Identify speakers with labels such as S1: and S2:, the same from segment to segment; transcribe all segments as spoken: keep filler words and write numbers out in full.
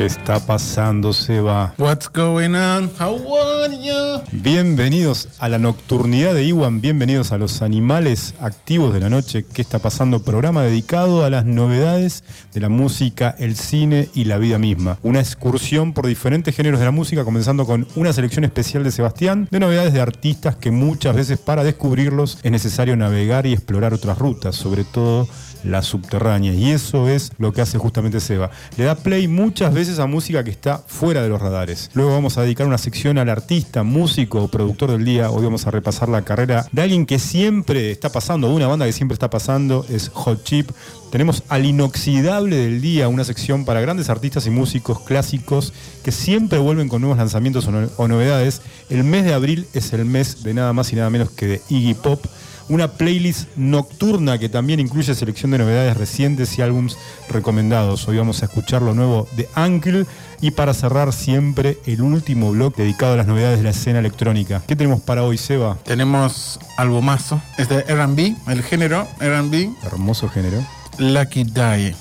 S1: ¿Qué está pasando, Seba?
S2: What's going on? How are you?
S1: Bienvenidos a la nocturnidad de Iwan, bienvenidos a los animales activos de la noche. ¿Qué está pasando? Programa dedicado a las novedades de la música, el cine y la vida misma. Una excursión por diferentes géneros de la música, comenzando con una selección especial de Sebastián, de novedades de artistas que muchas veces para descubrirlos es necesario navegar y explorar otras rutas, sobre todo la subterránea, y eso es lo que hace justamente Seba. Le da play muchas veces a música que está fuera de los radares. Luego vamos a dedicar una sección al artista, músico o productor del día. Hoy vamos a repasar la carrera de alguien que siempre está pasando, de una banda que siempre está pasando, es Hot Chip. Tenemos al inoxidable del día, una sección para grandes artistas y músicos clásicos que siempre vuelven con nuevos lanzamientos o, no, o novedades. El mes de abril es el mes de nada más y nada menos que de Iggy Pop. Una playlist nocturna que también incluye selección de novedades recientes y álbums recomendados. Hoy vamos a escuchar lo nuevo de Uncle y para cerrar siempre el último blog dedicado a las novedades de la escena electrónica. ¿Qué tenemos para hoy, Seba?
S2: Tenemos albumazo. Es de R and B, el género R and B.
S1: Hermoso género.
S2: Lucky Die.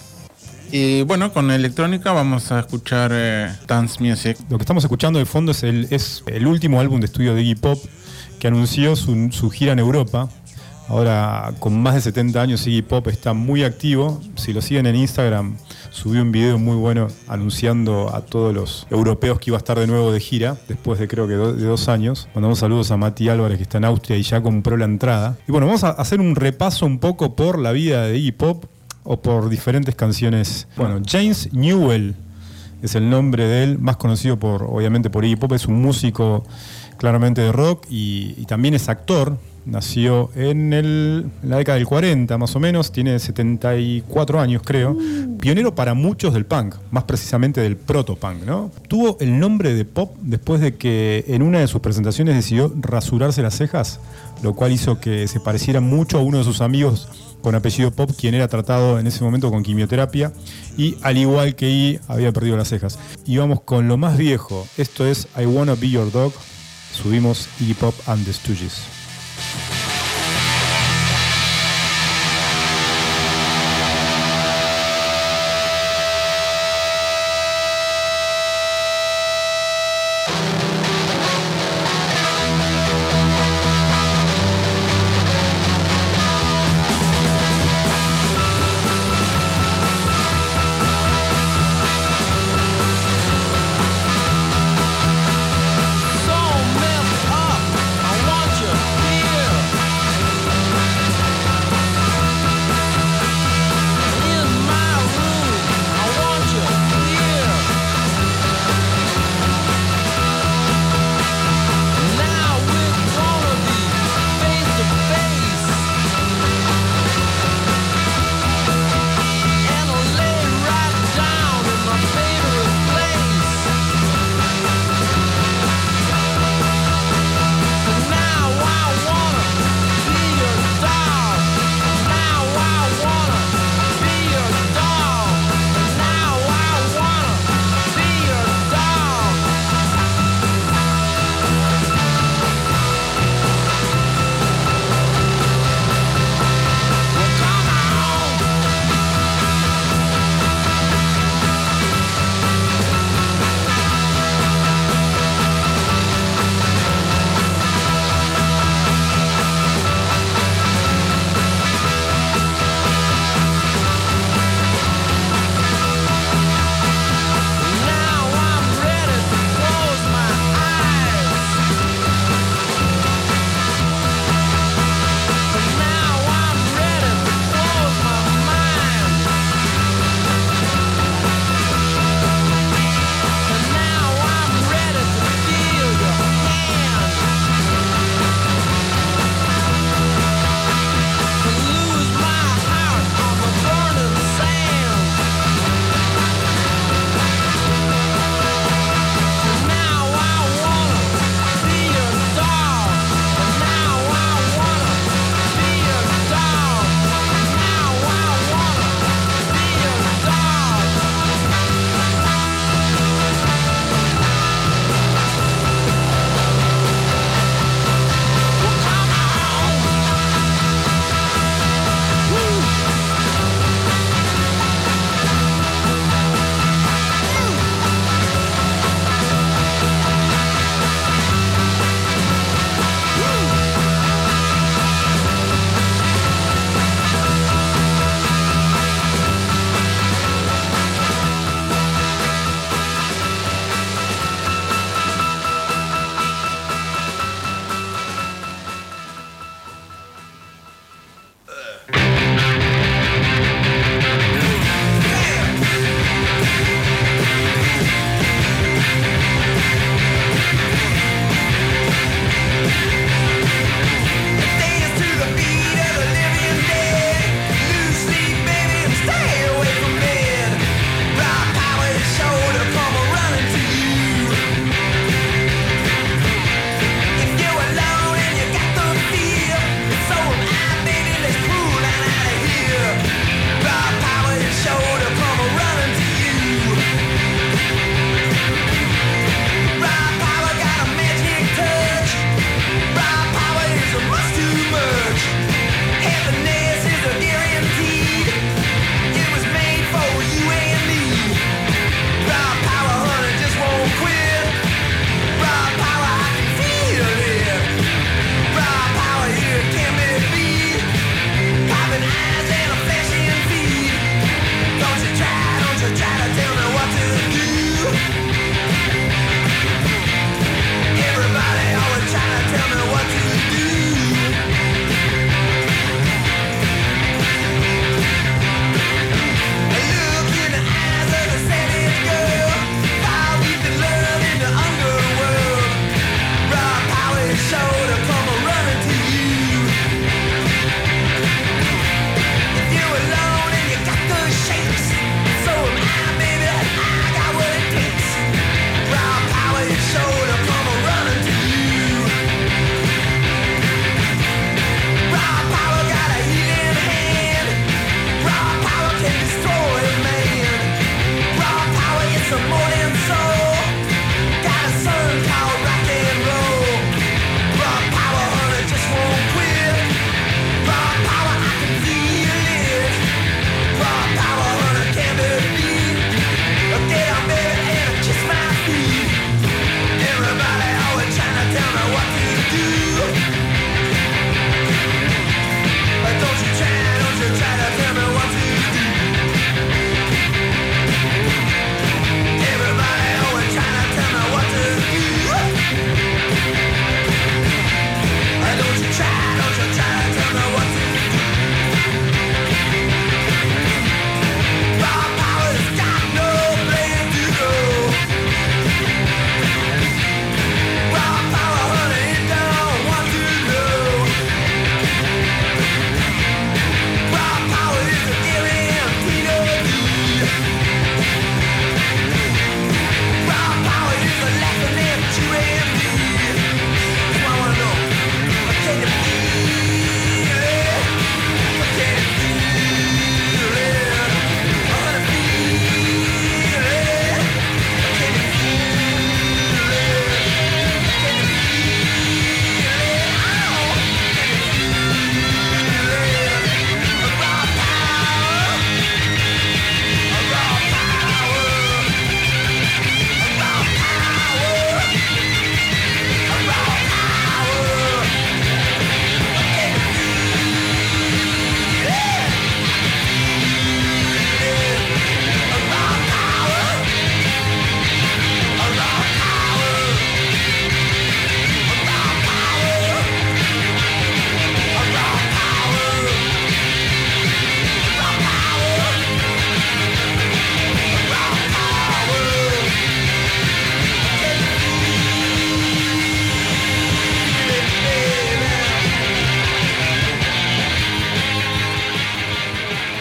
S2: Y bueno, con electrónica vamos a escuchar eh, Dance Music.
S1: Lo que estamos escuchando de fondo es el, es el último álbum de estudio de Iggy Pop, que anunció su, su gira en Europa. Ahora, con más de setenta años, Iggy Pop está muy activo. Si lo siguen en Instagram, subió un video muy bueno anunciando a todos los europeos que iba a estar de nuevo de gira, después de creo que do, de dos años. Mandamos saludos a Mati Álvarez, que está en Austria y ya compró la entrada. Y bueno, vamos a hacer un repaso un poco por la vida de Iggy Pop o por diferentes canciones. Bueno, James Newell es el nombre de él, más conocido por, obviamente por Iggy Pop. Es un músico claramente de rock y, y también es actor. Nació en, el, en la década del cuarenta más o menos, tiene setenta y cuatro años creo, pionero para muchos del punk, más precisamente del proto-punk, ¿no? Tuvo el nombre de Pop después de que en una de sus presentaciones decidió rasurarse las cejas, lo cual hizo que se pareciera mucho a uno de sus amigos con apellido Pop, quien era tratado en ese momento con quimioterapia y al igual que Iggy había perdido las cejas. Y vamos con lo más viejo, esto es I Wanna Be Your Dog, subimos Iggy Pop and the Stooges.
S3: So messed up, I want you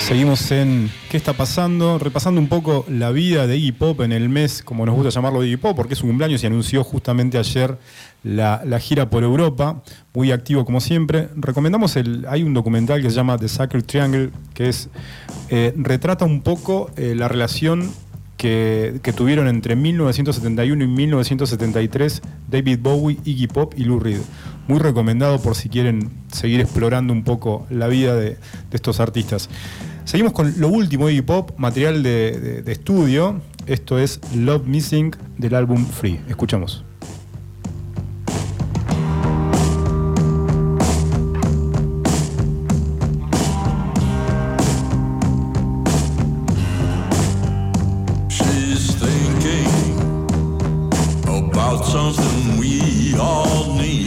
S1: Seguimos en ¿Qué está pasando? Repasando un poco la vida de Iggy Pop en el mes, como nos gusta llamarlo, de Iggy Pop, porque es su cumpleaños y anunció justamente ayer la, la gira por Europa, muy activo como siempre. Recomendamos, el, hay un documental que se llama The Sacred Triangle, que es eh, retrata un poco eh, la relación que, que tuvieron entre mil novecientos setenta y uno y mil novecientos setenta y tres David Bowie, Iggy Pop y Lou Reed. Muy recomendado por si quieren seguir explorando un poco la vida de, de estos artistas. Seguimos con lo último de Iggy Pop, material de, de, de estudio. Esto es Love Missing del álbum Free. Escuchamos.
S3: She's thinking about something we all need.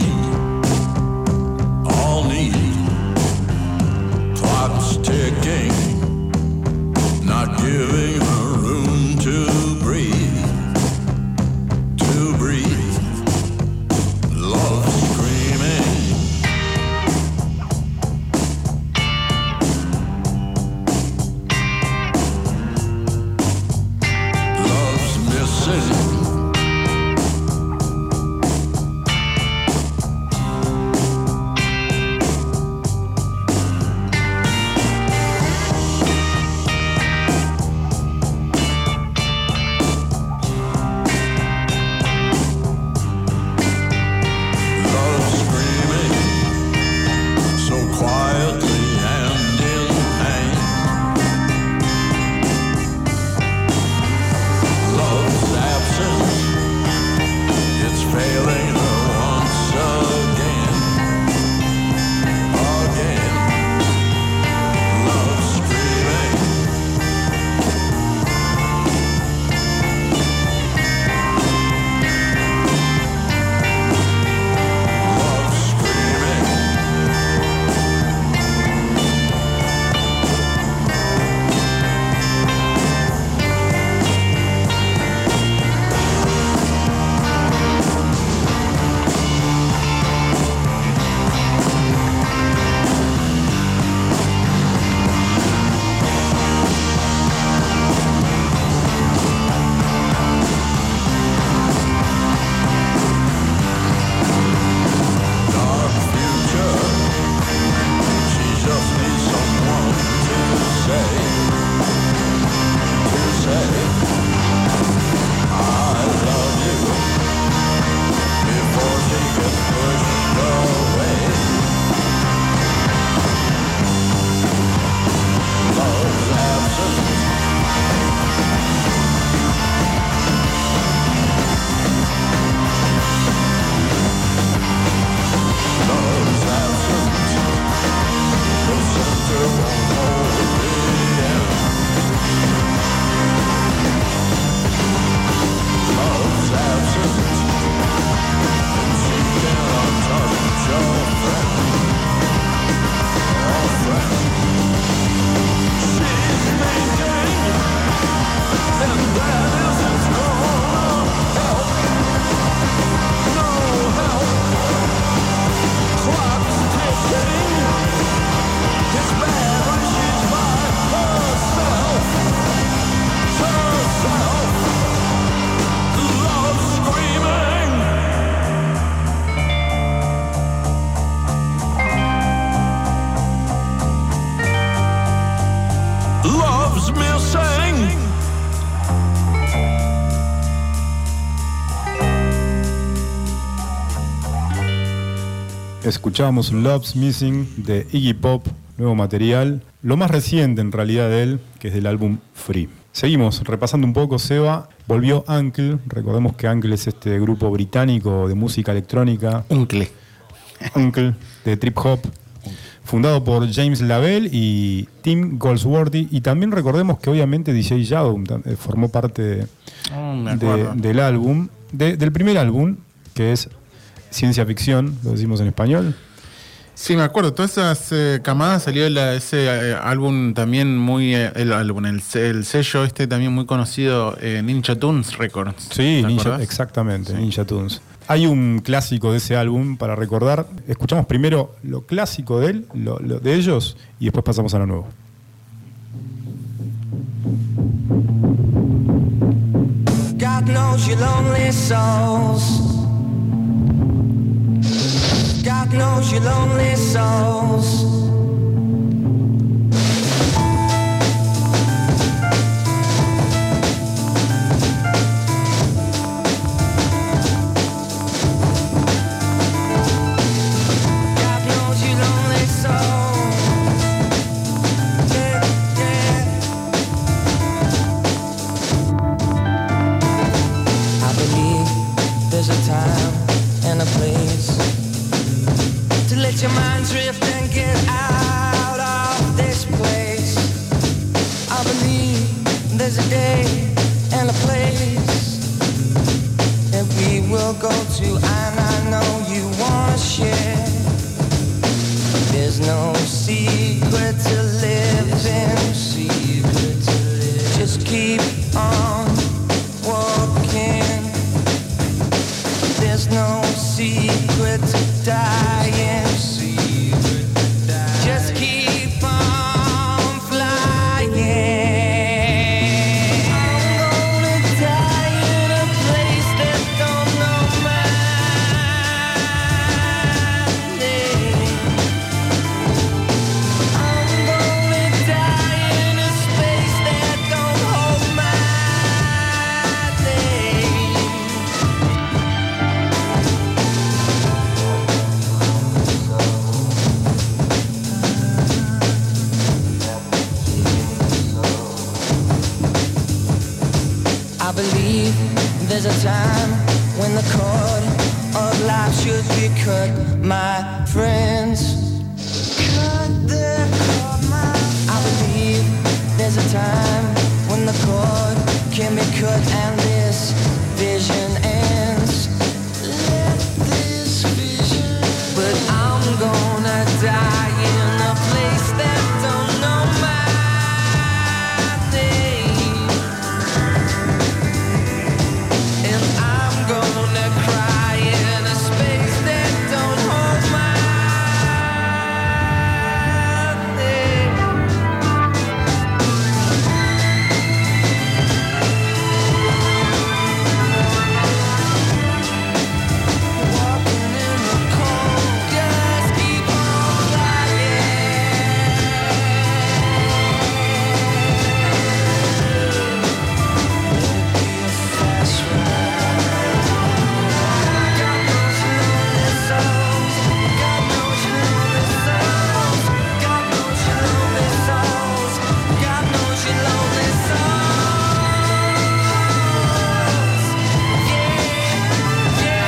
S3: All need. Clock's ticking. Not giving her room to breathe, to breathe. Love screaming. Love's missing.
S1: Escuchábamos Love's Missing de Iggy Pop, nuevo material, lo más reciente en realidad de él, que es del álbum Free. Seguimos repasando un poco, Seba. Volvió Uncle, recordemos que Uncle es este grupo británico de música electrónica.
S2: Uncle.
S1: Uncle, de trip hop, fundado por James Lavelle y Tim Goldsworthy. Y también recordemos que obviamente D J Shadow formó parte de,
S2: oh, me
S1: de, del álbum, de, del primer álbum, que es Ciencia Ficción, lo decimos en español.
S2: Sí, me acuerdo. Todas esas eh, camadas salió la, ese eh, álbum también muy... Eh, el álbum, el, el sello este también muy conocido, eh, Ninja Tunes Records.
S1: Sí, Ninja, exactamente, sí. Ninja Tunes. Hay un clásico de ese álbum para recordar. Escuchamos primero lo clásico de él, lo, lo de ellos, y después pasamos a lo nuevo.
S4: God knows your lonely souls. God knows your lonely souls. Let your mind drift and get out of this place. I believe there's a day and a place that we will go to, and I know you wanna share. There's no secret to living, secret to live. Just keep on walking. There's no secret to dying. Just keep on flying. I'm gonna die in a place that don't know my name. I'm gonna die in a space that don't hold my name. I believe there's a time when the cord of life should be cut, my friends. Cut the cord, my friends. I believe there's a time when the cord can be cut and this vision ends. Let this vision. But I'm gonna die in a place that don't know my name. And I'm gonna cry in a space that don't hold my name. Walking in the cold, just keep on flying. Let it be a fast ride. God knows your lonely souls. God knows your lonely souls. God knows your lonely souls. God knows your lonely souls. Yeah, yeah,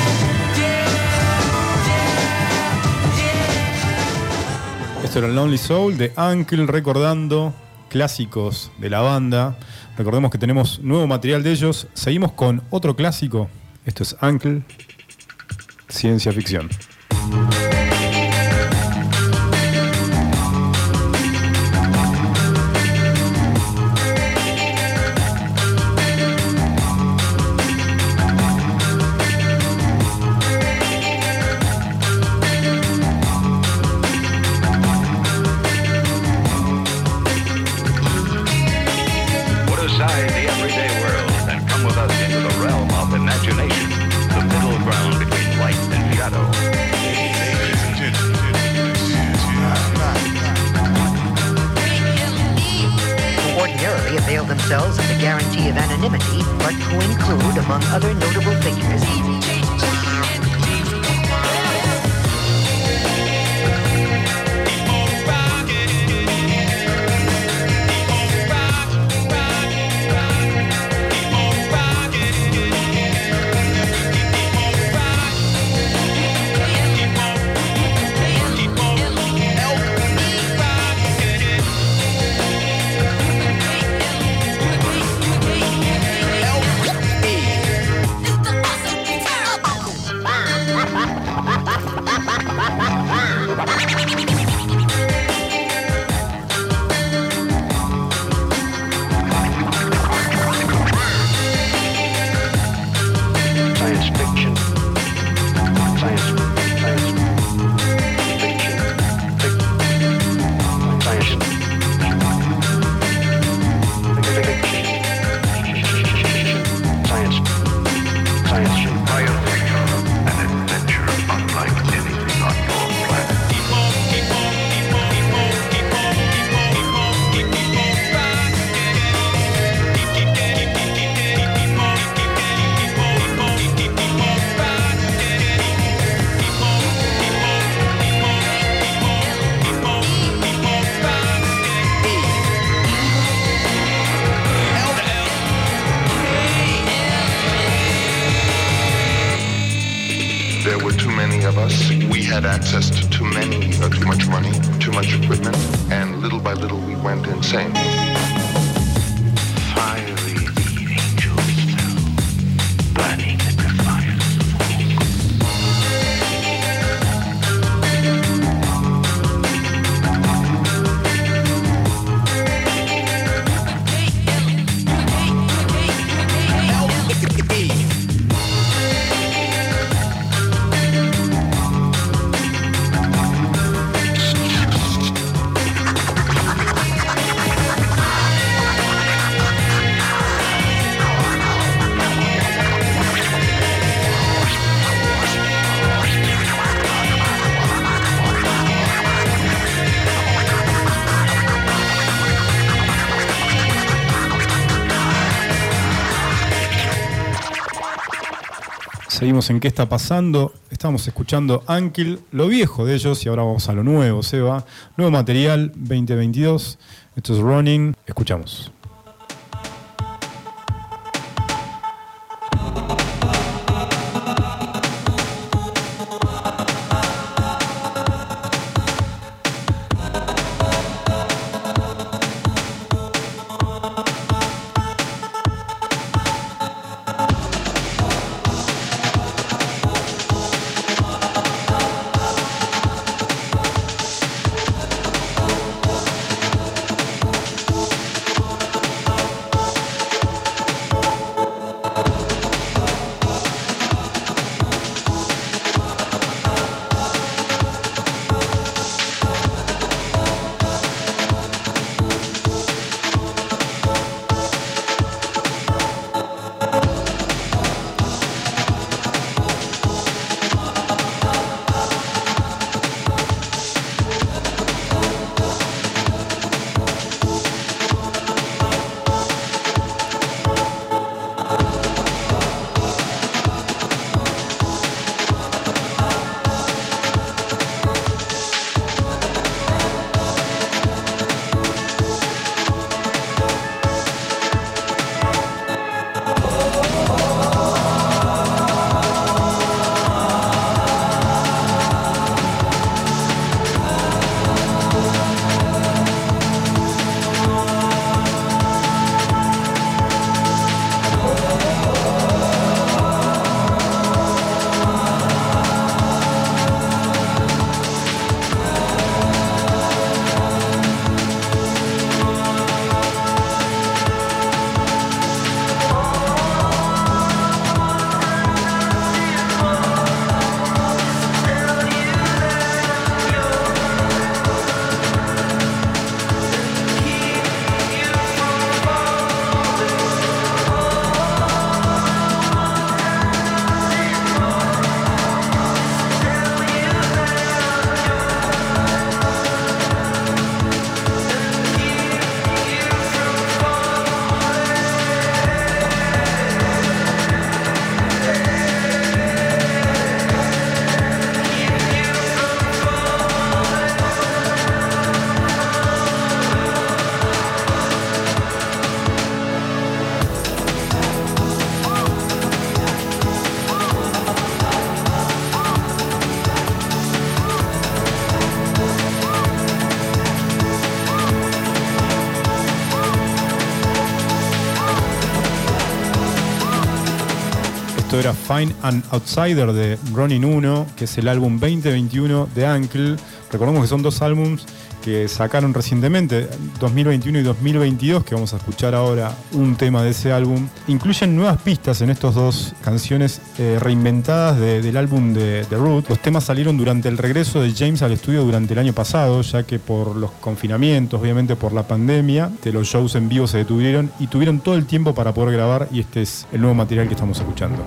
S4: yeah, yeah.
S1: Esto era Lonely Soul de Uncle, recordando clásicos de la banda. Recordemos que tenemos nuevo material de ellos. Seguimos con otro clásico. Esto es Uncle, ciencia ficción.
S5: Put aside the everyday world and come with us into the realm of imagination, the middle ground between light and shadow.
S6: Who ordinarily avail themselves of the guarantee of anonymity, but who include, among other notable figures,
S4: It's the awesome guitar
S7: we had access to too many, uh, too much money, too much equipment, and little by little we went insane.
S5: Fiery the angels fell, burning the defiance
S1: Seguimos en ¿Qué está pasando? Estamos escuchando Ankyl, lo viejo de ellos, y ahora vamos a lo nuevo, Seba. Nuevo material, veinte veintidós. Esto es Running. Escuchamos. Esto era Find an Outsider de Ronin uno, que es el álbum veinte veintiuno de Ankyl. Recordemos que son dos álbums que sacaron recientemente, dos mil veintiuno y dos mil veintidós, que vamos a escuchar ahora un tema de ese álbum. Incluyen nuevas pistas en estas dos canciones eh, reinventadas de, del álbum de The Root. Los temas salieron durante el regreso de James al estudio durante el año pasado, ya que por los confinamientos, obviamente por la pandemia, de los shows en vivo se detuvieron y tuvieron todo el tiempo para poder grabar, y este es el nuevo material que estamos escuchando.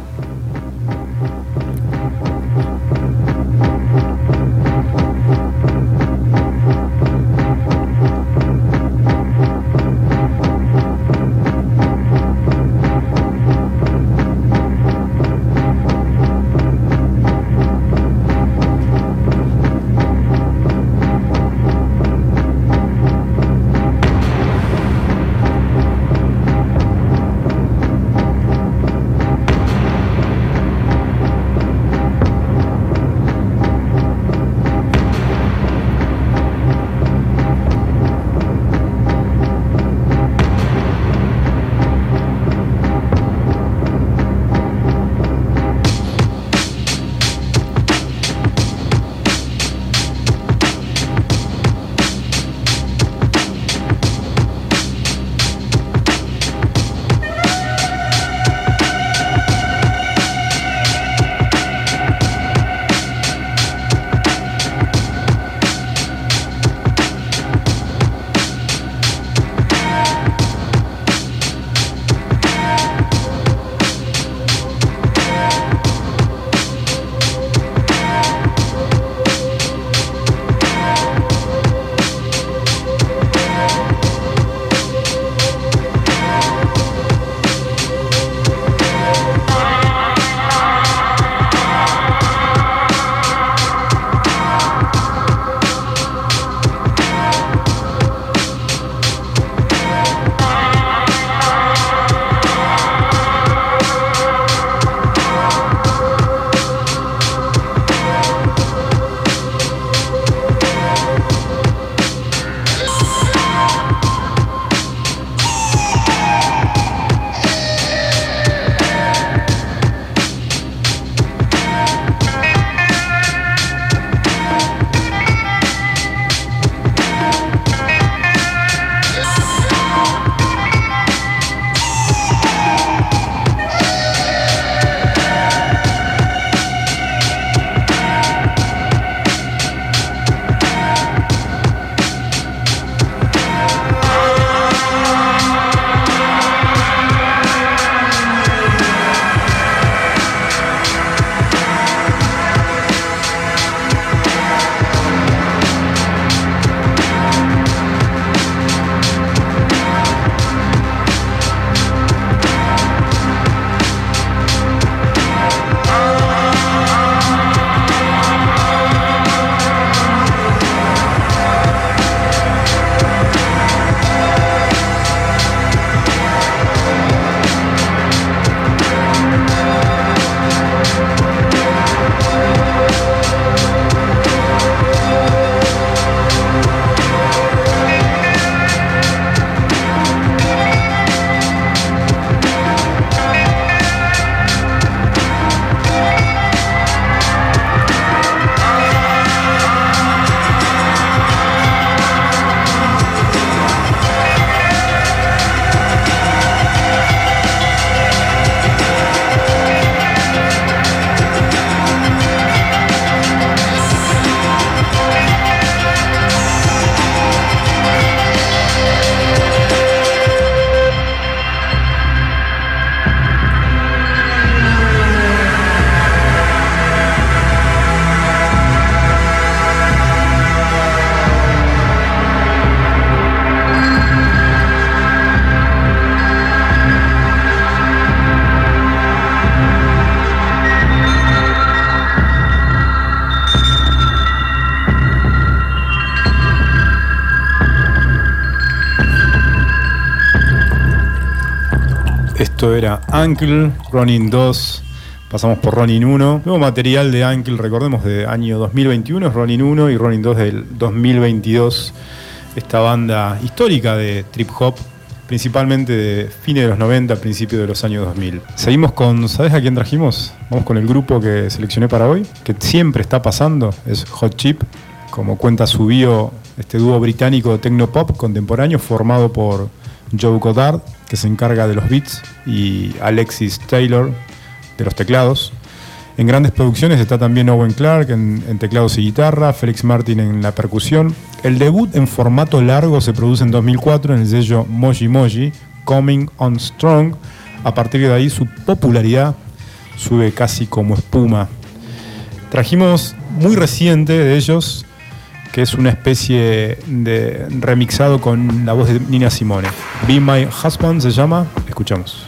S1: Esto era Uncle, Ronin dos, pasamos por Ronin uno. Nuevo material de Uncle, recordemos, de año dos mil veintiuno, es Ronin uno y Ronin dos del dos mil veintidós. Esta banda histórica de trip hop, principalmente de fines de los noventa, principios de los años dos mil. Seguimos con, ¿sabes a quién trajimos? Vamos con el grupo que seleccioné para hoy, que siempre está pasando, es Hot Chip. Como cuenta su bio, este dúo británico de tecno-pop contemporáneo formado por Joe Goddard, que se encarga de los beats, y Alexis Taylor de los teclados. En grandes producciones está también Owen Clark en, en teclados y guitarra, Felix Martin en la percusión. El debut en formato largo se produce en dos mil cuatro en el sello Moji Moji, Coming On Strong. A partir de ahí su popularidad sube casi como espuma. Trajimos muy reciente de ellos, que es una especie de remixado con la voz de Nina Simone. Be My Husband se llama, escuchamos.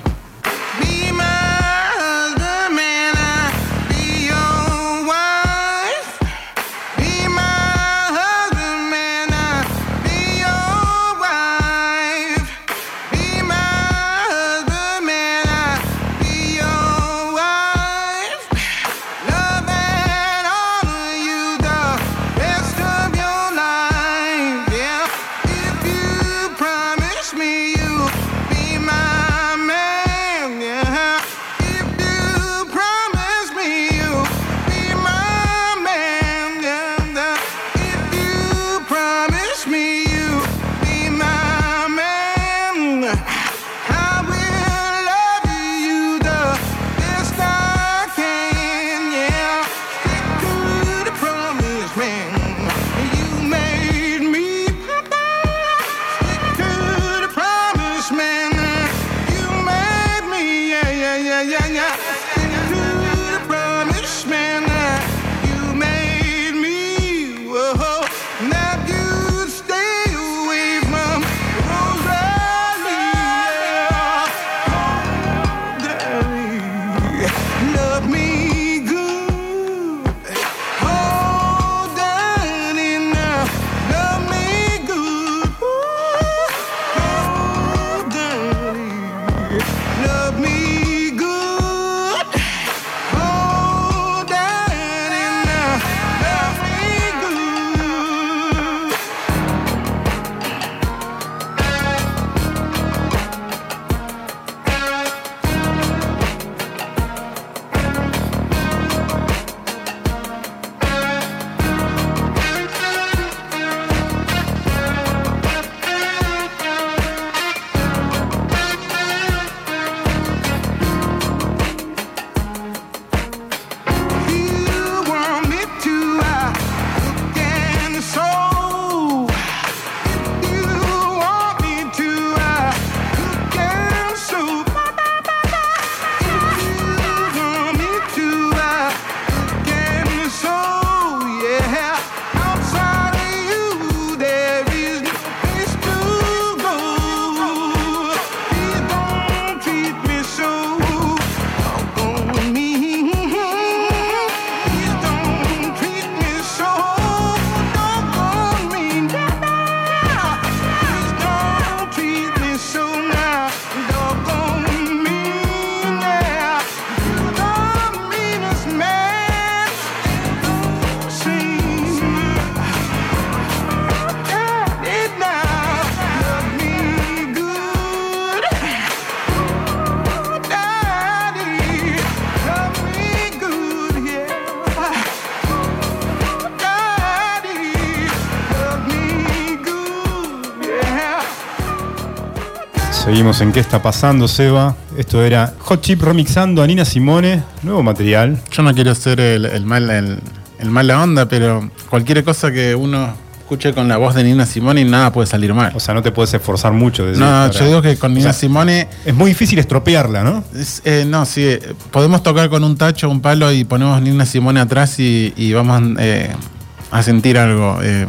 S1: Seguimos en ¿Qué está pasando, Seba? Esto era Hot Chip remixando a Nina Simone, nuevo material.
S2: Yo no quiero ser el, el mal el, el mala onda, pero cualquier cosa que uno escuche con la voz de Nina Simone, nada puede salir mal.
S1: O sea, no te puedes esforzar mucho. Decir,
S2: no,
S1: para...
S2: yo digo que con Nina o sea, Simone...
S1: Es muy difícil estropearla, ¿no?
S2: Es, eh, no, sí. Podemos tocar con un tacho, un palo y ponemos Nina Simone atrás y, y vamos eh, a sentir algo. Eh.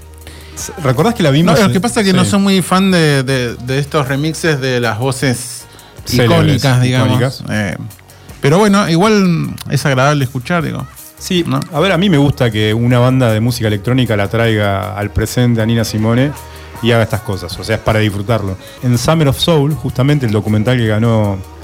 S1: ¿Recordás que la vimos?
S2: No, lo que pasa es que sí. no soy muy fan de, de, de estos remixes de las voces
S1: Célebres,
S2: icónicas, digamos.
S1: Icónicas.
S2: Eh, pero bueno, igual es agradable escuchar, digo.
S1: Sí, ¿no? A ver, a mí me gusta que una banda de música electrónica la traiga al presente a Nina Simone y haga estas cosas. O sea, es para disfrutarlo. En Summer of Soul, justamente el documental que ganó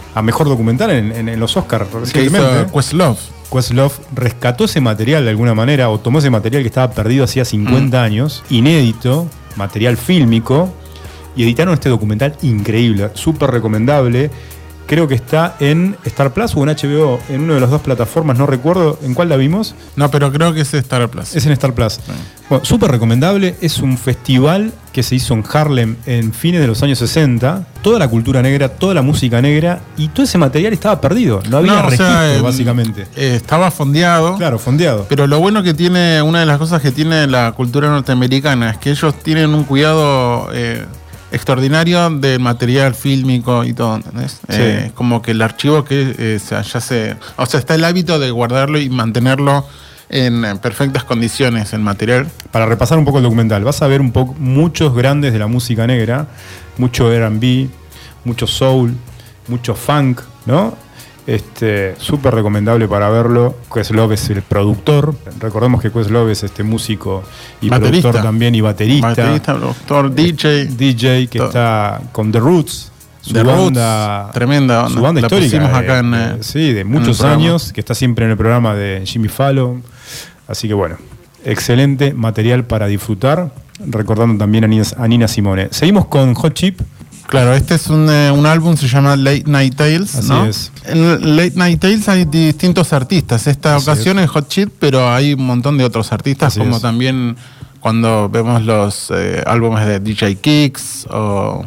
S1: a mejor documental en, en, en los Oscars
S2: Que
S1: recientemente.
S2: hizo Questlove.
S1: Questlove rescató ese material de alguna manera, o tomó ese material que estaba perdido hacía cincuenta
S2: Mm.
S1: años, inédito, material fílmico, y editaron este documental increíble, súper recomendable. Creo que está en Star Plus o en H B O, en una de las dos plataformas, no recuerdo en cuál la vimos.
S2: No, pero creo que es Star Plus.
S1: Es en Star Plus.
S2: Sí.
S1: Bueno, súper recomendable. Es un festival que se hizo en Harlem en fines de los años sesenta. Toda la cultura negra, toda la música negra y todo ese material estaba perdido. No había
S2: No, o
S1: registro,
S2: sea, eh,
S1: básicamente.
S2: eh, estaba fondeado.
S1: Claro, fondeado.
S2: Pero lo bueno que tiene, una de las cosas que tiene la cultura norteamericana es que ellos tienen un cuidado eh, extraordinario del material fílmico y todo, ¿entendés?
S1: Sí.
S2: Eh, como que el archivo que eh, se- ya se... O sea, está el hábito de guardarlo y mantenerlo en, en perfectas condiciones, el material.
S1: Para repasar un poco el documental, vas a ver un poco muchos grandes de la música negra, mucho R and B, mucho soul, mucho funk, ¿no? Este, súper recomendable para verlo. Questlove es el productor. Recordemos que Questlove es este músico y
S2: Baterista.
S1: productor también y baterista.
S2: Baterista, productor, D J.
S1: D J que
S2: Todo.
S1: está con The Roots. Su
S2: The
S1: banda,
S2: Roots, tremenda banda.
S1: Su banda
S2: La
S1: histórica.
S2: pusimos
S1: de-
S2: acá en,
S1: de-
S2: eh,
S1: sí, de
S2: en
S1: muchos
S2: el programa.
S1: años, que está siempre en el programa de Jimmy Fallon. Así que bueno, excelente material para disfrutar. Recordando también a Nina, a Nina Simone. Seguimos con Hot Chip.
S2: Claro, este es un, eh, un álbum, se llama Late Night Tales,
S1: Así
S2: ¿no?
S1: es.
S2: En Late Night Tales hay distintos artistas. Esta
S1: Así
S2: ocasión es. Hot Chip, pero hay un montón de otros artistas,
S1: Así
S2: como
S1: es.
S2: también cuando vemos los eh, álbumes de D J Kicks o,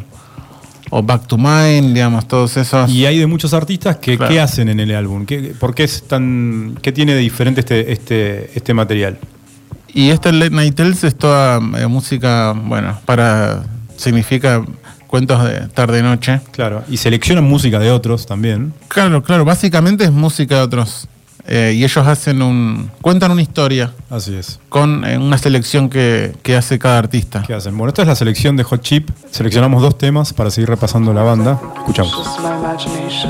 S2: o Back to Mine, digamos, todos esos.
S1: Y hay de muchos artistas que
S2: Claro.
S1: ¿qué hacen en el álbum? ¿Qué, ¿Por qué es tan, qué tiene de diferente este, este, este material?
S2: Y este Late Night Tales es toda eh, música, bueno, para significa cuentos de tarde-noche.
S1: Claro. Y seleccionan música de otros también.
S2: Claro, claro, básicamente es música de otros. Eh, y ellos hacen un. Cuentan una historia
S1: Así es.
S2: con eh, una selección que, que hace cada artista.
S1: ¿Qué hacen? Bueno, esta es la selección de Hot Chip. Seleccionamos dos temas para seguir repasando la banda. Escuchamos.
S8: Just my imagination.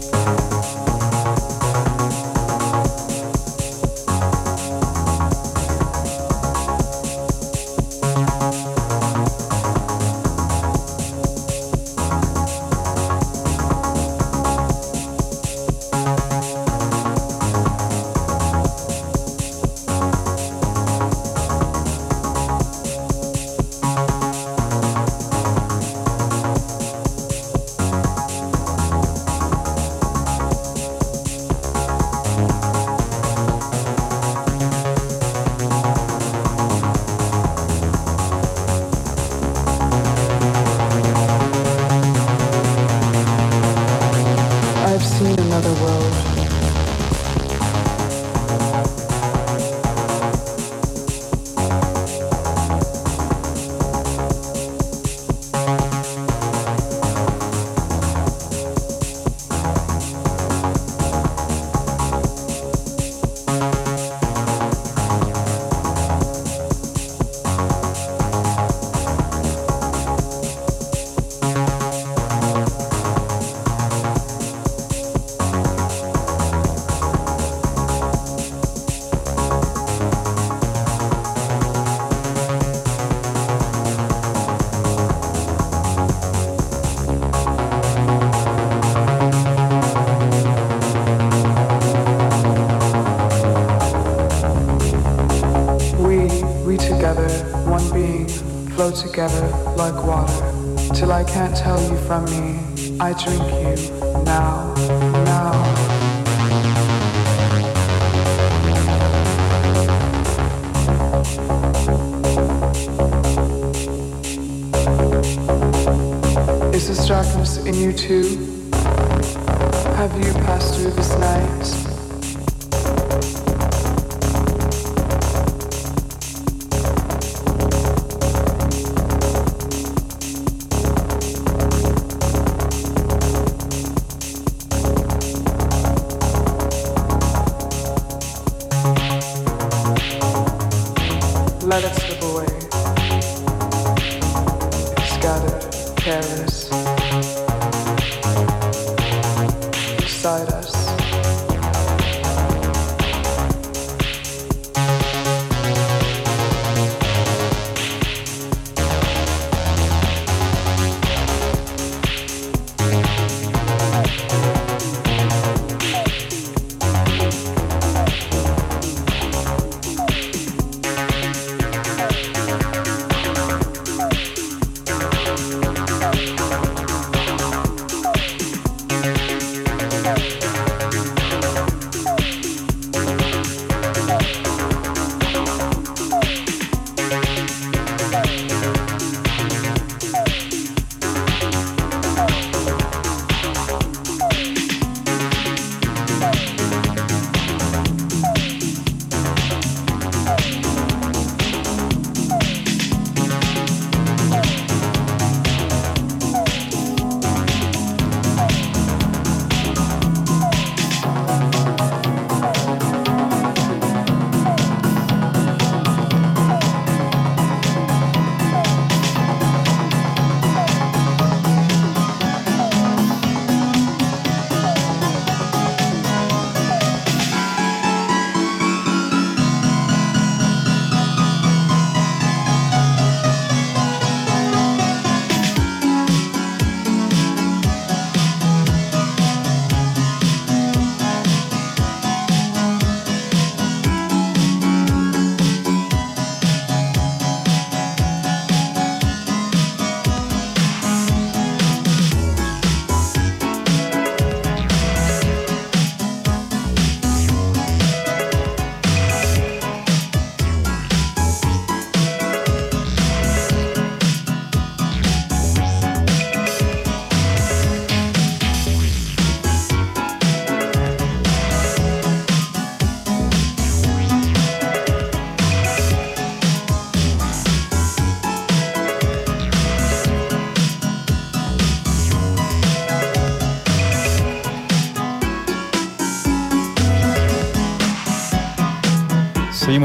S8: I've seen another world. We, we together, one being, flow together like water. Till I can't tell you from me, I drink you now, now. Is this darkness in you too? Have you passed through this night? Let it slip away. Scattered, careless. Beside us.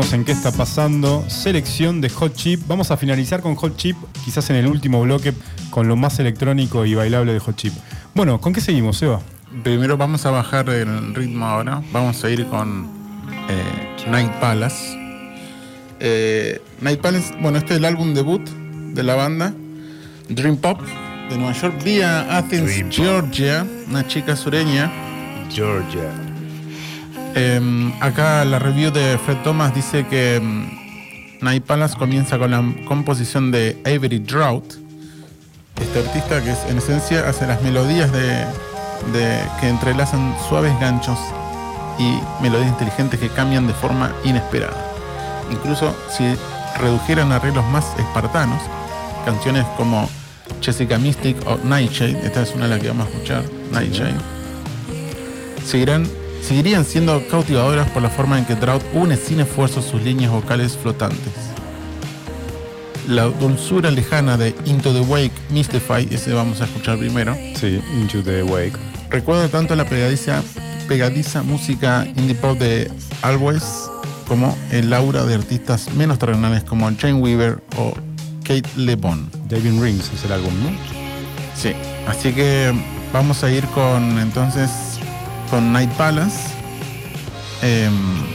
S1: seguimos en ¿Qué está pasando? Selección de Hot Chip. Vamos a finalizar con Hot Chip, quizás en el último bloque, con lo más electrónico y bailable de Hot Chip. Bueno, ¿con qué seguimos, Seba?
S2: Primero vamos a bajar el ritmo ahora. Vamos a ir con eh, Night Palace. Eh, Night Palace, bueno, este es el álbum debut de la banda Dream Pop de Nueva York vía Athens, Dream Georgia, Pop. Una chica sureña.
S9: Georgia.
S2: Eh, acá la review de Fred Thomas dice que um, Night Palace comienza con la composición de Avery Drought, este artista que es, en esencia hace las melodías de, de que entrelazan suaves ganchos y melodías inteligentes que cambian de forma inesperada. Incluso si redujeran arreglos más espartanos, canciones como Jessica Mystic o Nightshade, esta es una de las que vamos a escuchar, Nightshade, seguirán seguirían siendo cautivadoras por la forma en que Drought une sin esfuerzo sus líneas vocales flotantes. La dulzura lejana de Into the Wake, Mystify, ese vamos a escuchar primero.
S1: Sí, Into the Wake.
S2: Recuerda tanto la pegadiza, pegadiza música indie pop de Always como el aura de artistas menos terrenales como Jane Weaver o Kate LeBon.
S1: David Rings es el álbum, ¿no?
S2: Sí, así que vamos a ir con entonces con Night Palace. Eh,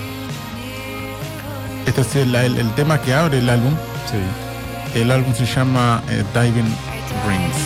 S2: este es el, el, el tema que abre el álbum.
S1: Sí.
S2: El álbum se llama eh, Diving Rings.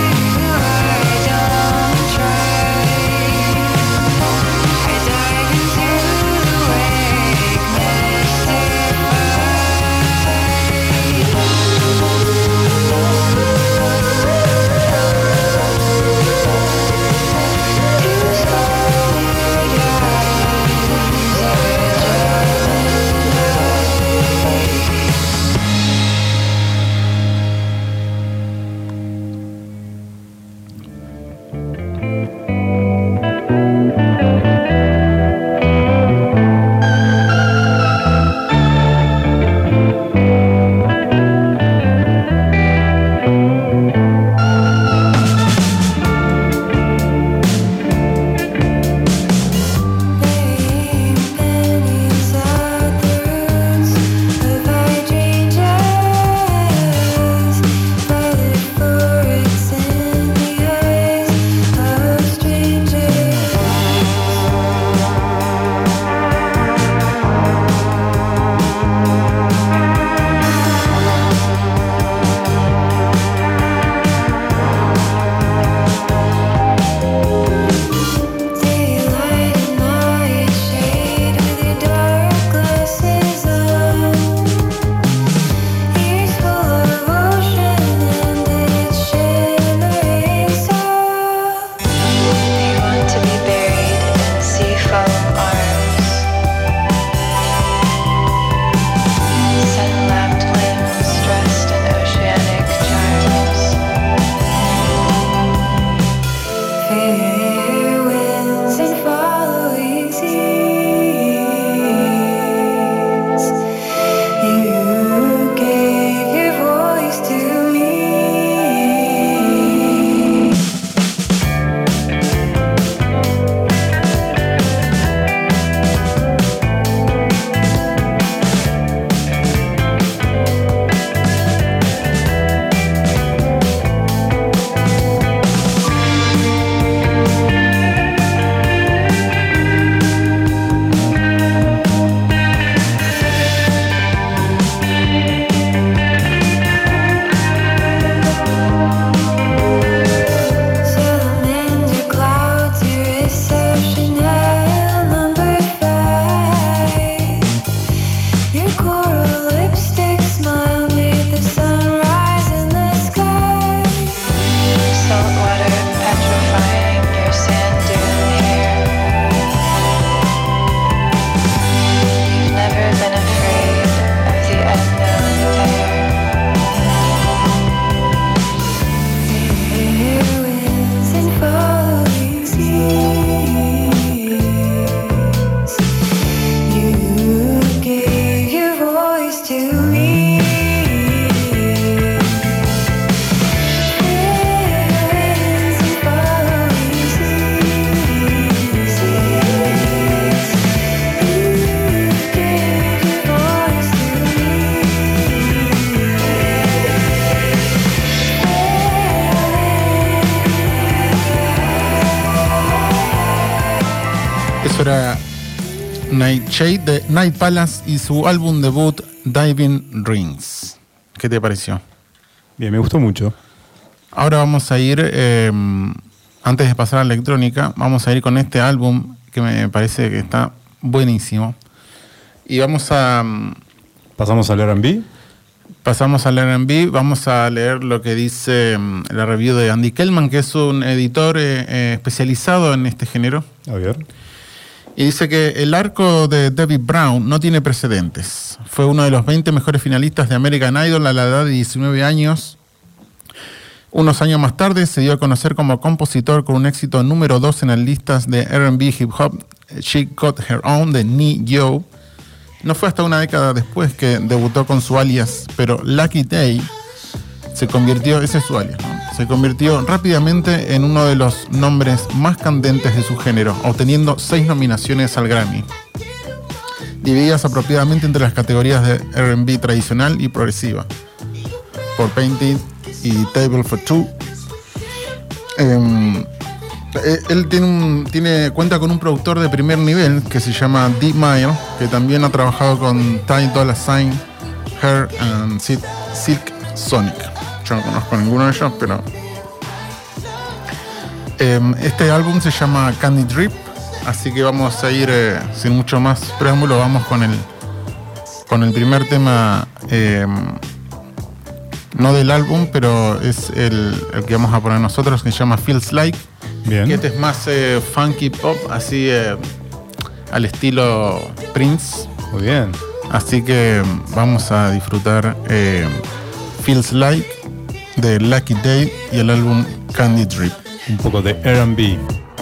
S10: I dive into
S2: era Nightshade de Night Palace y su álbum debut Diving Rings. ¿Qué te pareció?
S1: Bien, me gustó mucho.
S2: Ahora vamos a ir, eh, antes de pasar a la electrónica, vamos a ir con este álbum que me parece que está buenísimo. Y vamos a...
S1: ¿Pasamos al R and B?
S2: Pasamos al R and B, vamos a leer lo que dice um, la review de Andy Kellman, que es un editor eh, eh, especializado en este género.
S1: A ver.
S2: Y dice que el arco de David Brown no tiene precedentes. Fue uno de los veinte mejores finalistas de American Idol a la edad de diecinueve años. Unos años más tarde se dio a conocer como compositor con un éxito número dos en las listas de R and B Hip Hop, She Got Her Own de Ne-Yo. No fue hasta una década después que debutó con su alias, pero Lucky Day se convirtió, ese es su alias, ¿no? Se convirtió rápidamente en uno de los nombres más candentes de su género, obteniendo seis nominaciones al Grammy, divididas apropiadamente entre las categorías de R and B tradicional y progresiva, por Painted y Table for Two. Eh, él tiene, un, tiene cuenta con un productor de primer nivel que se llama D. Mile, que también ha trabajado con Ty Dolla Sign, Her and Silk, Silk Sonic. Yo no conozco ninguno de ellos, pero eh, este álbum se llama Candy Drip, así que vamos a ir eh, sin mucho más preámbulo, vamos con el con el primer tema, eh, no del álbum, pero es el, el que vamos a poner nosotros, que se llama Feels Like.
S1: Bien.
S2: Que este es más eh, funky pop, así eh, al estilo Prince.
S1: Muy bien.
S2: Así que vamos a disfrutar eh, Feels Like de Lucky Day y el álbum Candy Drip.
S1: Un poco de R and B.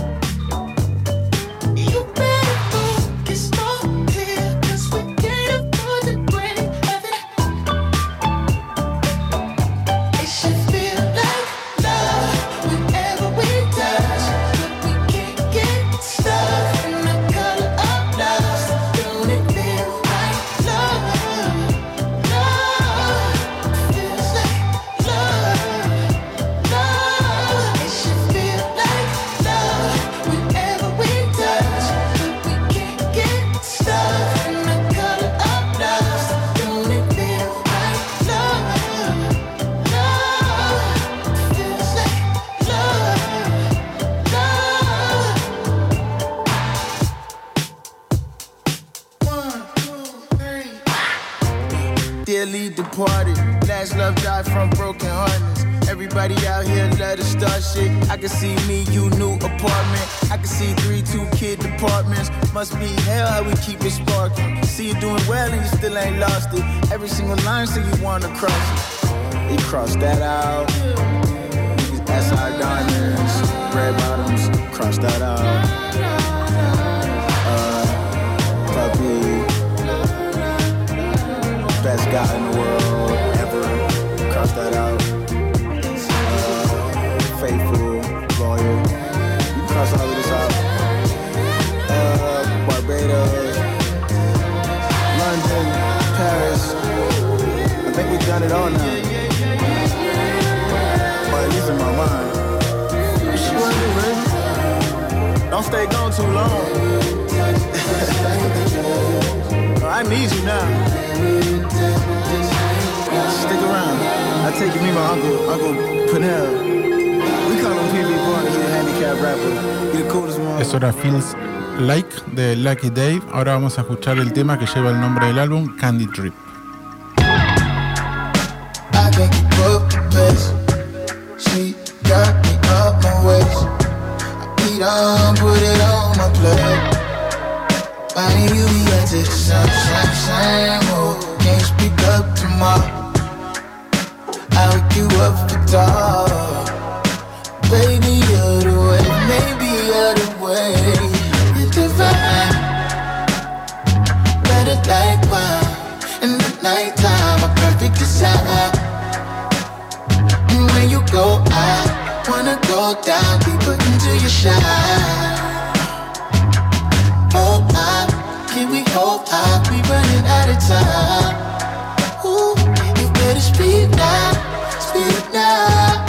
S9: Dearly departed, last love died from broken heartedness. Everybody out here let us start shit. I can see me, you new apartment. I can see three two kid departments. Must be hell how we keep it sparking. See you doing well and you still ain't lost it. Every single line say you wanna cross it. You cross that out. Niggas S I diamonds, red bottoms, cross that out. Uh, puppy. Best guy in the world ever. Cross that out. Uh, faithful, loyal. You can cross all of this out. Uh, Barbados, London, Paris. I think we've done it all now. Or at least in my mind. What you wanna do, baby? Don't stay gone too long. I need you now. Stick around. I take you, me, my uncle, Uncle Pernell. We call him P V Born, he's a handicapped rapper. He's the coolest one.
S2: Eso era Feels Like de Lucky Dave. Ahora vamos a escuchar el tema que lleva el nombre del álbum, Candy Drip.
S9: I can't keep up the pace. She got me up my waist. I eat on, put it on my plate. Finding you be at the sunshine, shine, oh. Can't speak up tomorrow. I wake you up for talk. Baby, you're the way, maybe you're the way. You're divine, better like wine. In the nighttime, a perfect design. And when you go out, wanna go down deeper into your shine. Hold on, can we hold on? We running out of time. Ooh, you better speak now, speak now.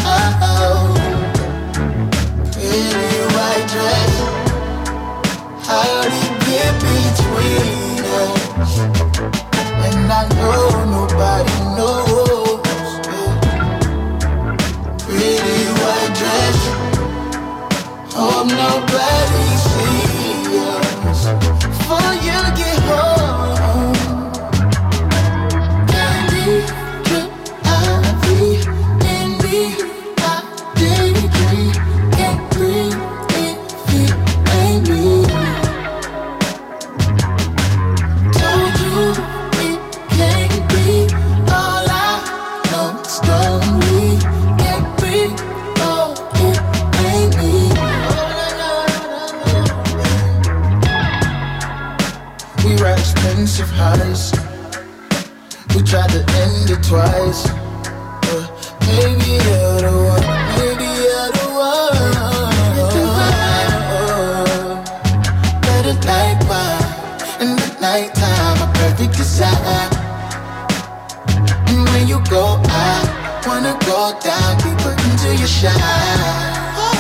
S9: Pretty white dress, I already get between us, and I know nobody knows. Yeah. Pretty white dress, hope nobody sees us before you get home. Candy, drip, I breathe in me, I daydream, can't breathe if it ain't me. Told you it can't be all I know, it's lonely, can't breathe, oh, it ain't me. We ride expensive highs, we tried to end it twice, but maybe you're the one, maybe you're the one. Better likewise, in the nighttime, a perfect design. And when you go, I wanna go down deeper into your shine.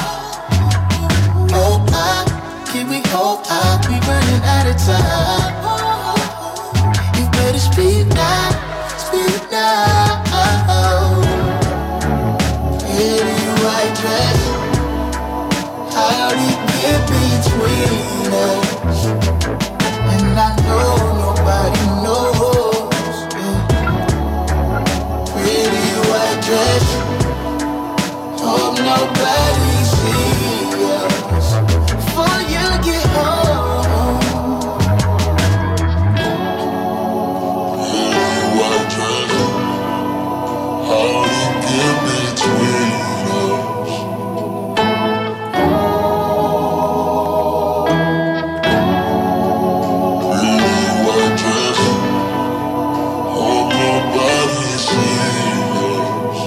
S9: Oh, I, keep we hope I, we running out of time. You better speak now, speak now. Pretty white dress, how'd it get between us? And I know nobody knows. Yeah. Pretty white dress, hope nobody sees us before you get home. Pretty white dress, how'd it get between us? Pretty white dress, hope nobody sees us.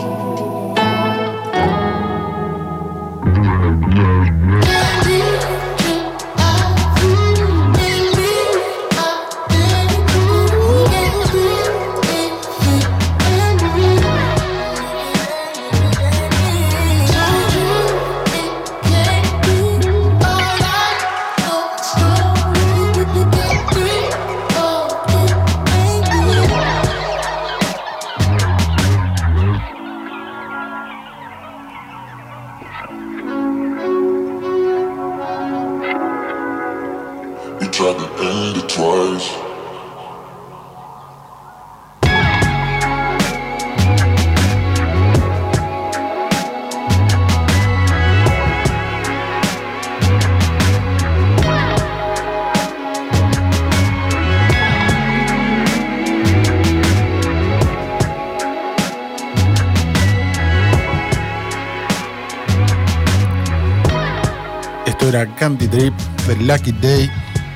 S9: Candy, I breathe in me, I daydream, can't breathe if it ain't me. Told you it can't be all I know, it's lonely, can't breathe, oh, it ain't me. We tried to end it twice.
S2: Esto era Candy Drip de Lucky Day.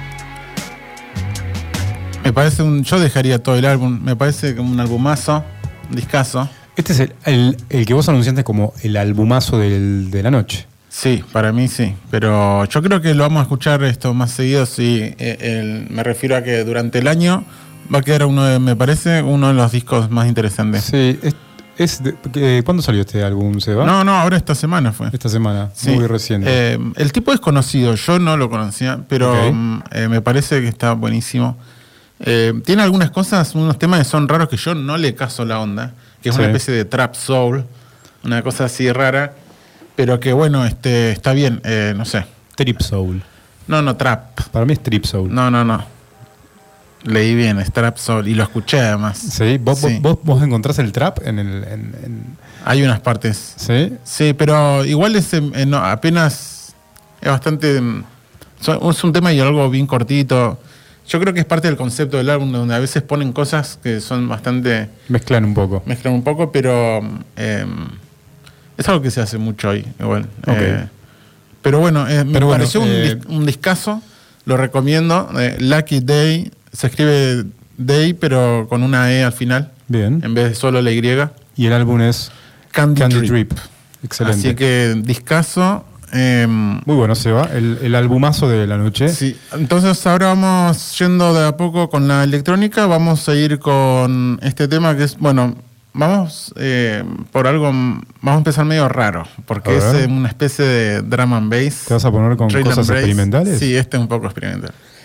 S2: Me parece un. Yo dejaría todo el álbum. Me parece como un albumazo, un discazo.
S1: Este es el, el- el que vos anunciaste como el albumazo del- de la noche.
S2: Sí, para mí sí. Pero yo creo que lo vamos a escuchar esto más seguido. Sí, eh, el- me refiero a que durante el año va a quedar uno de, me parece, uno de los discos más interesantes.
S1: Sí, es, es de- que- ¿cuándo salió este álbum, Seba?
S2: No, no, ahora esta semana fue.
S1: Esta semana,
S2: Sí.
S1: muy reciente.
S2: Eh, el tipo es conocido, yo no lo conocía, pero
S1: Ok.
S2: mm, eh, me parece que está buenísimo. Eh, tiene algunas cosas, unos temas que son raros que yo no le caso la onda, que es
S1: Sí.
S2: una especie de trap soul, una cosa así rara, pero que bueno, este, está bien, eh, no sé.
S1: Trip Soul.
S2: No, no, trap.
S1: Para mí es Trip Soul.
S2: No, no, no. Leí bien, es trap soul y lo escuché además.
S1: Sí, ¿Vos,
S2: Sí.
S1: Vos, vos encontrás el trap en el. en- en-
S2: Hay unas partes.
S1: ¿Sí?
S2: Sí, pero igual es em, eh, no, apenas es bastante. em, so- Es un tema y algo bien cortito. Yo creo que es parte del concepto del álbum, donde a veces ponen cosas que son bastante.
S1: Mezclan un poco.
S2: Mezclan un poco, pero em, es algo que se hace mucho hoy, igual.
S1: Ok.
S2: Eh, pero bueno, eh, me
S1: Pero bueno,
S2: pareció un,
S1: eh,
S2: dis- un discazo, lo recomiendo. eh, Lucky Day, se escribe Day, pero con una E al final,
S1: Bien.
S2: en vez de solo la Y.
S1: Y el álbum es
S2: Candy,
S1: Candy
S2: Drip.
S1: Drip. Excelente.
S2: Así que discazo. em,
S1: Muy bueno, Seba. El, el albumazo de la noche.
S2: Sí, entonces ahora vamos yendo de a poco con la electrónica, vamos a ir con este tema que es, bueno, vamos eh, por algo, vamos a empezar medio raro, porque
S1: A
S2: es
S1: ver.
S2: eh, una especie de drum and bass.
S1: ¿Te vas a poner con
S2: drill and
S1: cosas
S2: bass.
S1: experimentales?
S2: Sí, este es un poco experimental.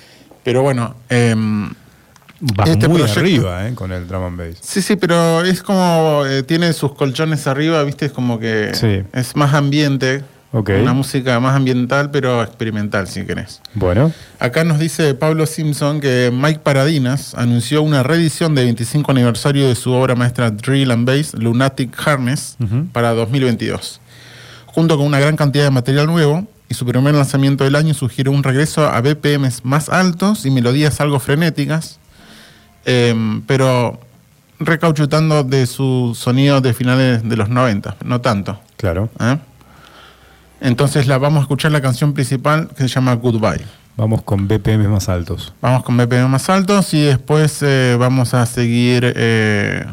S2: Pero bueno, eh,
S1: Va
S2: este
S1: muy
S2: proyecto-
S1: arriba, ¿eh? Con el drum and bass.
S2: Sí, sí, pero es como, eh, tiene sus colchones arriba, viste, es como que
S1: Sí.
S2: es más ambiente,
S1: Ok.
S2: una música más ambiental, pero experimental, si querés.
S1: Bueno,
S2: Acá nos dice Pablo Simpson que Mike Paradinas anunció una reedición del veinticinco aniversario de su obra maestra Drill and Bass, Lunatic Harness,
S1: Ujú.
S2: para dos mil veintidós. Junto con una gran cantidad de material nuevo, y su primer lanzamiento del año sugiere un regreso a B P Ms más altos y melodías algo frenéticas, eh, pero recauchutando de su sonido de finales de los noventa, no tanto.
S1: claro.
S2: ¿eh? Entonces la, vamos a escuchar la canción principal que se llama Goodbye.
S1: Vamos con B P M más altos.
S2: Vamos con B P M más altos y después eh, vamos a seguir eh,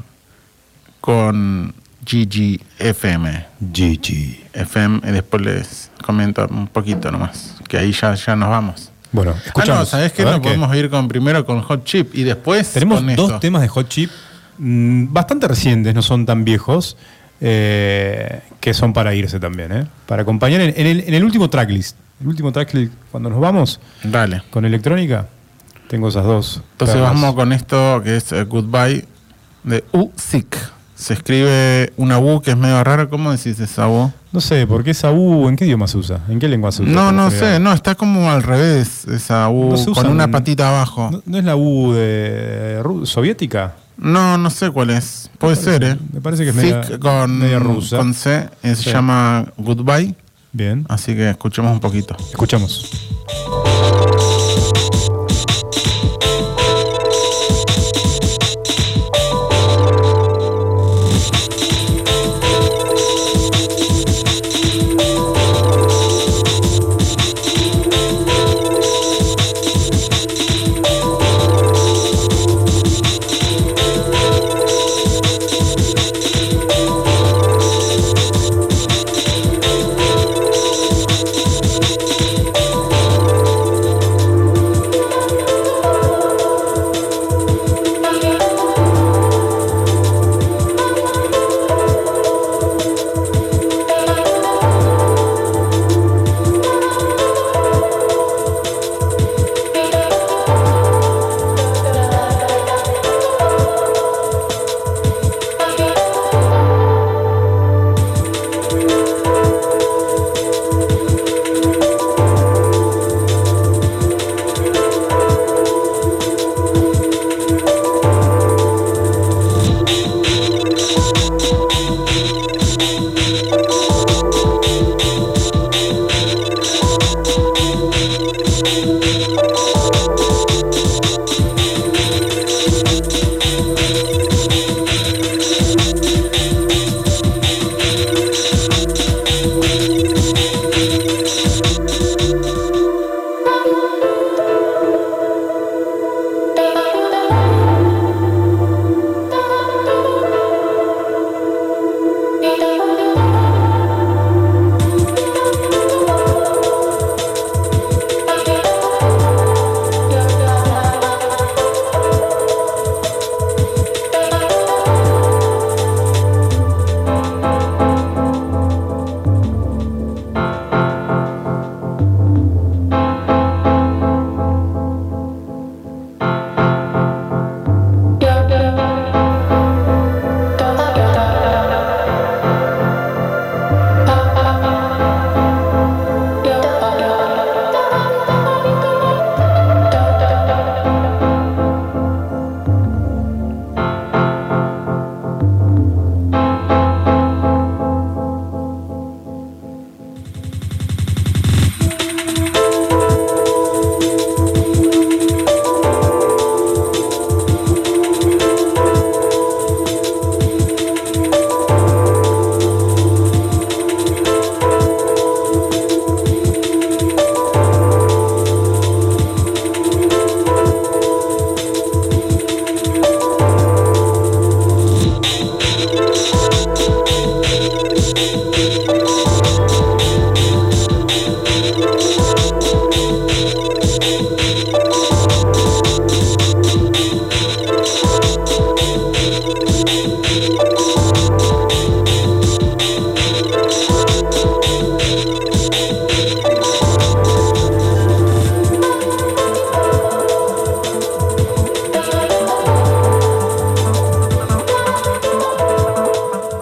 S2: con G G F M.
S1: G G.
S2: F M, y después les comento un poquito nomás, que ahí ya, ya nos vamos.
S1: Bueno,
S2: Ah,
S1: escuchamos.
S2: no, ¿sabés qué?
S1: A ver
S2: Nos podemos ir con primero con Hot Chip y después
S1: Tenemos
S2: con
S1: dos
S2: esto.
S1: temas de Hot Chip mm, bastante recientes, no son tan viejos, eh, que son para irse también, ¿eh? Para acompañar en, en el, en el último tracklist. El último tracklist, cuando nos vamos
S2: Dale.
S1: con electrónica, tengo esas dos.
S2: Entonces
S1: perlas.
S2: vamos con esto que es eh, Goodbye de U-Sick. Se escribe una U que es medio rara. ¿Cómo decís esa U?
S1: No sé, ¿por qué esa U? ¿En qué idioma se usa? ¿En qué lengua se usa?
S2: No,
S1: por lo
S2: no
S1: general?
S2: sé. No, está como al revés esa U,
S1: No se usa
S2: con una
S1: en-
S2: patita abajo.
S1: ¿No, no es la U de Ru- soviética?
S2: No, no sé cuál es. Puede
S1: parece-
S2: ser, ¿eh?
S1: me parece que es
S2: Sick
S1: media-
S2: con,
S1: media rusa.
S2: con C. eh, Se
S1: Sí.
S2: llama Goodbye.
S1: Bien,
S2: Así que escuchemos un poquito.
S1: escuchamos.
S9: Goodbye.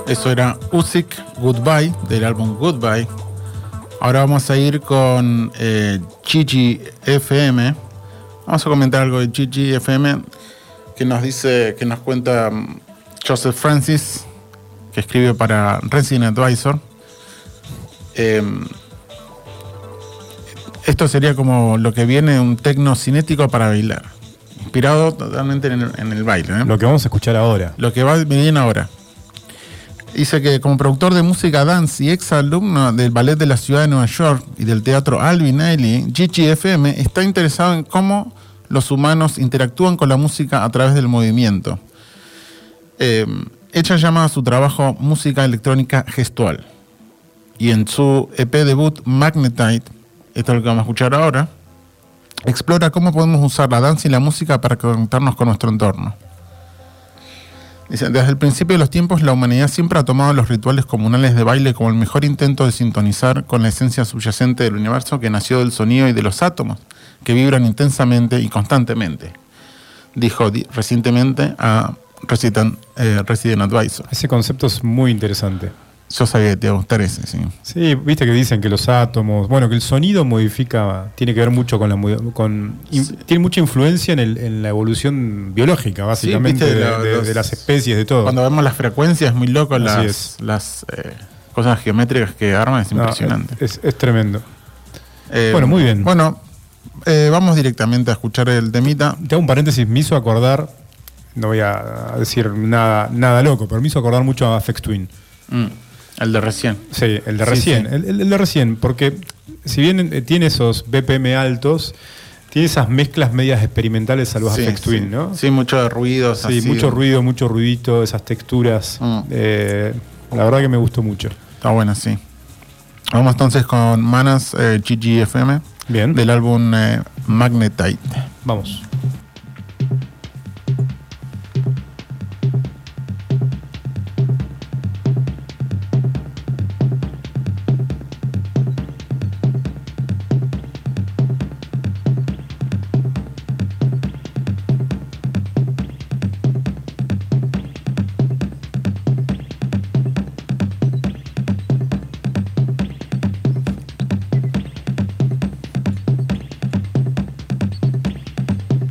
S2: Eso era Usyk Goodbye, del álbum Goodbye. Ahora vamos a ir con eh, Gigi F M. Vamos a comentar algo de Gigi F M que nos dice, que nos cuenta um, Joseph Francis, que escribe para Resident Advisor. Eh, esto sería como lo que viene, un tecno cinético para bailar, inspirado totalmente en el, en el baile, ¿eh?
S1: Lo que vamos a escuchar ahora.
S2: Lo que va bien ahora. Dice que como productor de música dance y ex alumno del Ballet de la Ciudad de Nueva York y del Teatro Alvin Ailey, Gigi F M está interesado en cómo los humanos interactúan con la música a través del movimiento. Eh, ella llama a su trabajo música electrónica gestual. Y en su E P debut Magnetite, esto es lo que vamos a escuchar ahora, explora cómo podemos usar la danza y la música para conectarnos con nuestro entorno. Dice, desde el principio de los tiempos, la humanidad siempre ha tomado los rituales comunales de baile como el mejor intento de sintonizar con la esencia subyacente del universo que nació del sonido y de los átomos, que vibran intensamente y constantemente, dijo di- recientemente a Resident, eh, Resident Advisor.
S1: Ese concepto es muy interesante.
S2: Yo sabía que te iba a gustar ese, sí.
S1: Sí, viste que dicen que los átomos, bueno, que el sonido modifica, tiene que ver mucho con la mu- con in-
S2: Sí.
S1: tiene mucha influencia en, el, en la evolución biológica, básicamente,
S2: viste,
S1: de,
S2: la-
S1: de-
S2: los-
S1: de las especies, de todo.
S2: Cuando vemos las frecuencias, es muy loco,
S1: Así
S2: las,
S1: es.
S2: las eh, cosas geométricas que arman, es
S1: No,
S2: impresionante.
S1: es, es tremendo.
S2: Eh,
S1: bueno, muy bien.
S2: Bueno, eh, vamos directamente a escuchar el temita.
S1: Te hago un paréntesis, me hizo acordar, no voy a decir nada, nada loco, pero me hizo acordar mucho a Aphex Twin.
S2: Mm, el de recién.
S1: Sí, el de
S2: Sí,
S1: recién,
S2: sí.
S1: El, el- el de recién, porque si bien eh, tiene esos B P M altos, tiene esas mezclas medias experimentales a los
S2: Sí,
S1: Aphex
S2: sí.
S1: Twin, ¿no?
S2: Sí, mucho de ruidos.
S1: Sí,
S2: así.
S1: mucho ruido, mucho ruidito, esas texturas.
S2: Mm.
S1: Eh, la verdad que me gustó mucho.
S2: Está bueno, sí. Vamos entonces con Manas eh, G G F M
S1: Bien,
S2: del álbum eh, Magnetite.
S1: vamos.
S9: Thank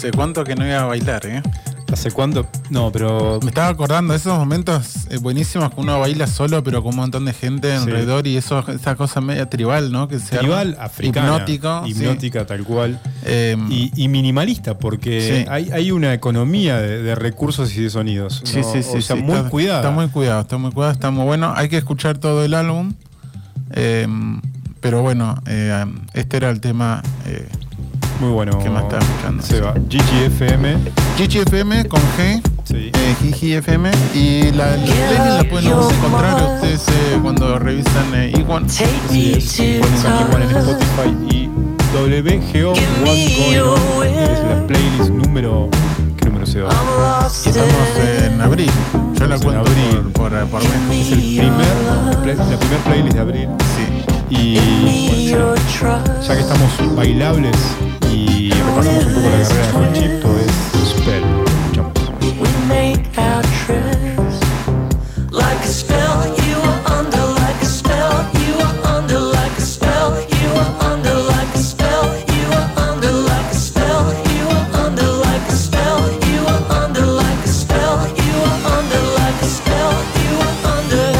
S2: ¿Hace cuánto que no iba a bailar, eh?
S1: ¿Hace cuánto? No, pero...
S2: Me estaba acordando de esos momentos eh, buenísimos que uno baila solo, pero con un montón de gente
S1: Sí.
S2: alrededor y eso, esa cosa media tribal, ¿no? Que se
S1: Tribal,
S2: arma.
S1: africana.
S2: Hipnótico.
S1: Hipnótica, tal cual.
S2: Eh,
S1: Y, y minimalista, porque
S2: Sí.
S1: hay, hay una economía de, de recursos y de sonidos.
S2: Sí,
S1: ¿no?
S2: sí, sí.
S1: O sea,
S2: sí,
S1: muy
S2: está,
S1: cuidada.
S2: Está muy cuidado, está muy cuidado, está muy bueno. Hay que escuchar todo el álbum. Eh, pero bueno, eh, este era el tema eh,
S1: Muy bueno.
S2: que más estaba escuchando.
S1: Seba. G G F M.
S2: G G F M con G.
S1: Sí.
S2: Eh, Gigi F M. Y la, la playlist la pueden encontrar ustedes eh, cuando revisan eh, Iguan.
S1: Así es. Ponen igual en Spotify y W G O What's Going On. Es la playlist número. ¿Qué número se va?
S2: Y estamos eh, en abril. Yo la
S1: Estamos en
S2: cuento
S1: abril.
S2: por, por, por mes.
S1: Es el primer, play- la primera playlist de abril.
S2: Sí.
S1: Y bueno, ya, ya que estamos bailables y repasamos un poco la carrera de Hot Chip, todo es Spell. Escuchamos.
S4: We make our trips like a spell. You were under like a spell. You were under like a spell. You were under like a spell. You were under like a spell. You were under like a spell. You were under like a spell. You were under like a spell. You were under.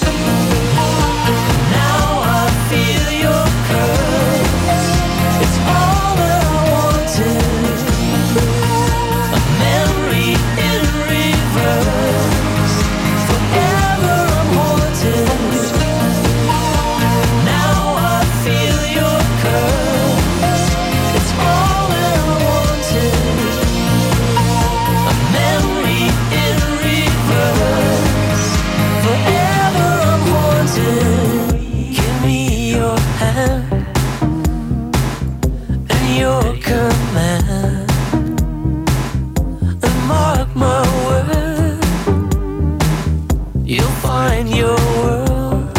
S4: Now I feel your curves. It's all that I wanted. A memory in reverse. Forever I'm haunted. Now I feel your curves. It's all that I wanted. A memory in reverse. Forever I'm haunted. Give me your hand and your command. And mark my word, you'll find your world.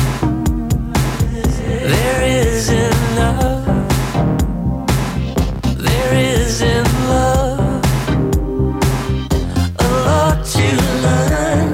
S4: There isn't love, there isn't love. A lot to learn,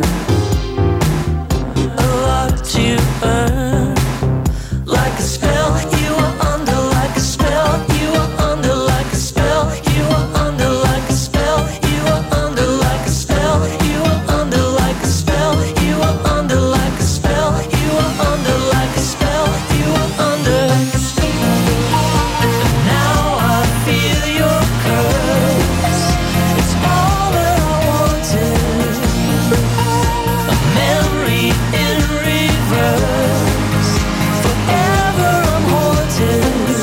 S4: a lot to earn. Like a spell, you were under like a spell. You were under like a spell. You were under like a spell. You were under like a spell. You were under like a spell. You were under like a spell. You were under like a spell. You were under. Now I feel your curves. It's all that I wanted. A memory in reverse. Forever I'm haunted.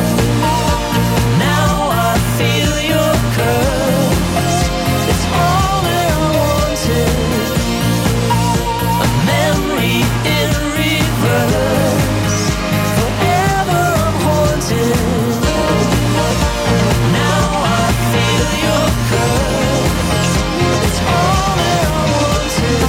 S4: Now I feel your curves. It's all that I wanted. A memory in reverse. Forever I'm haunted. Now I feel your curves. It's all that I wanted.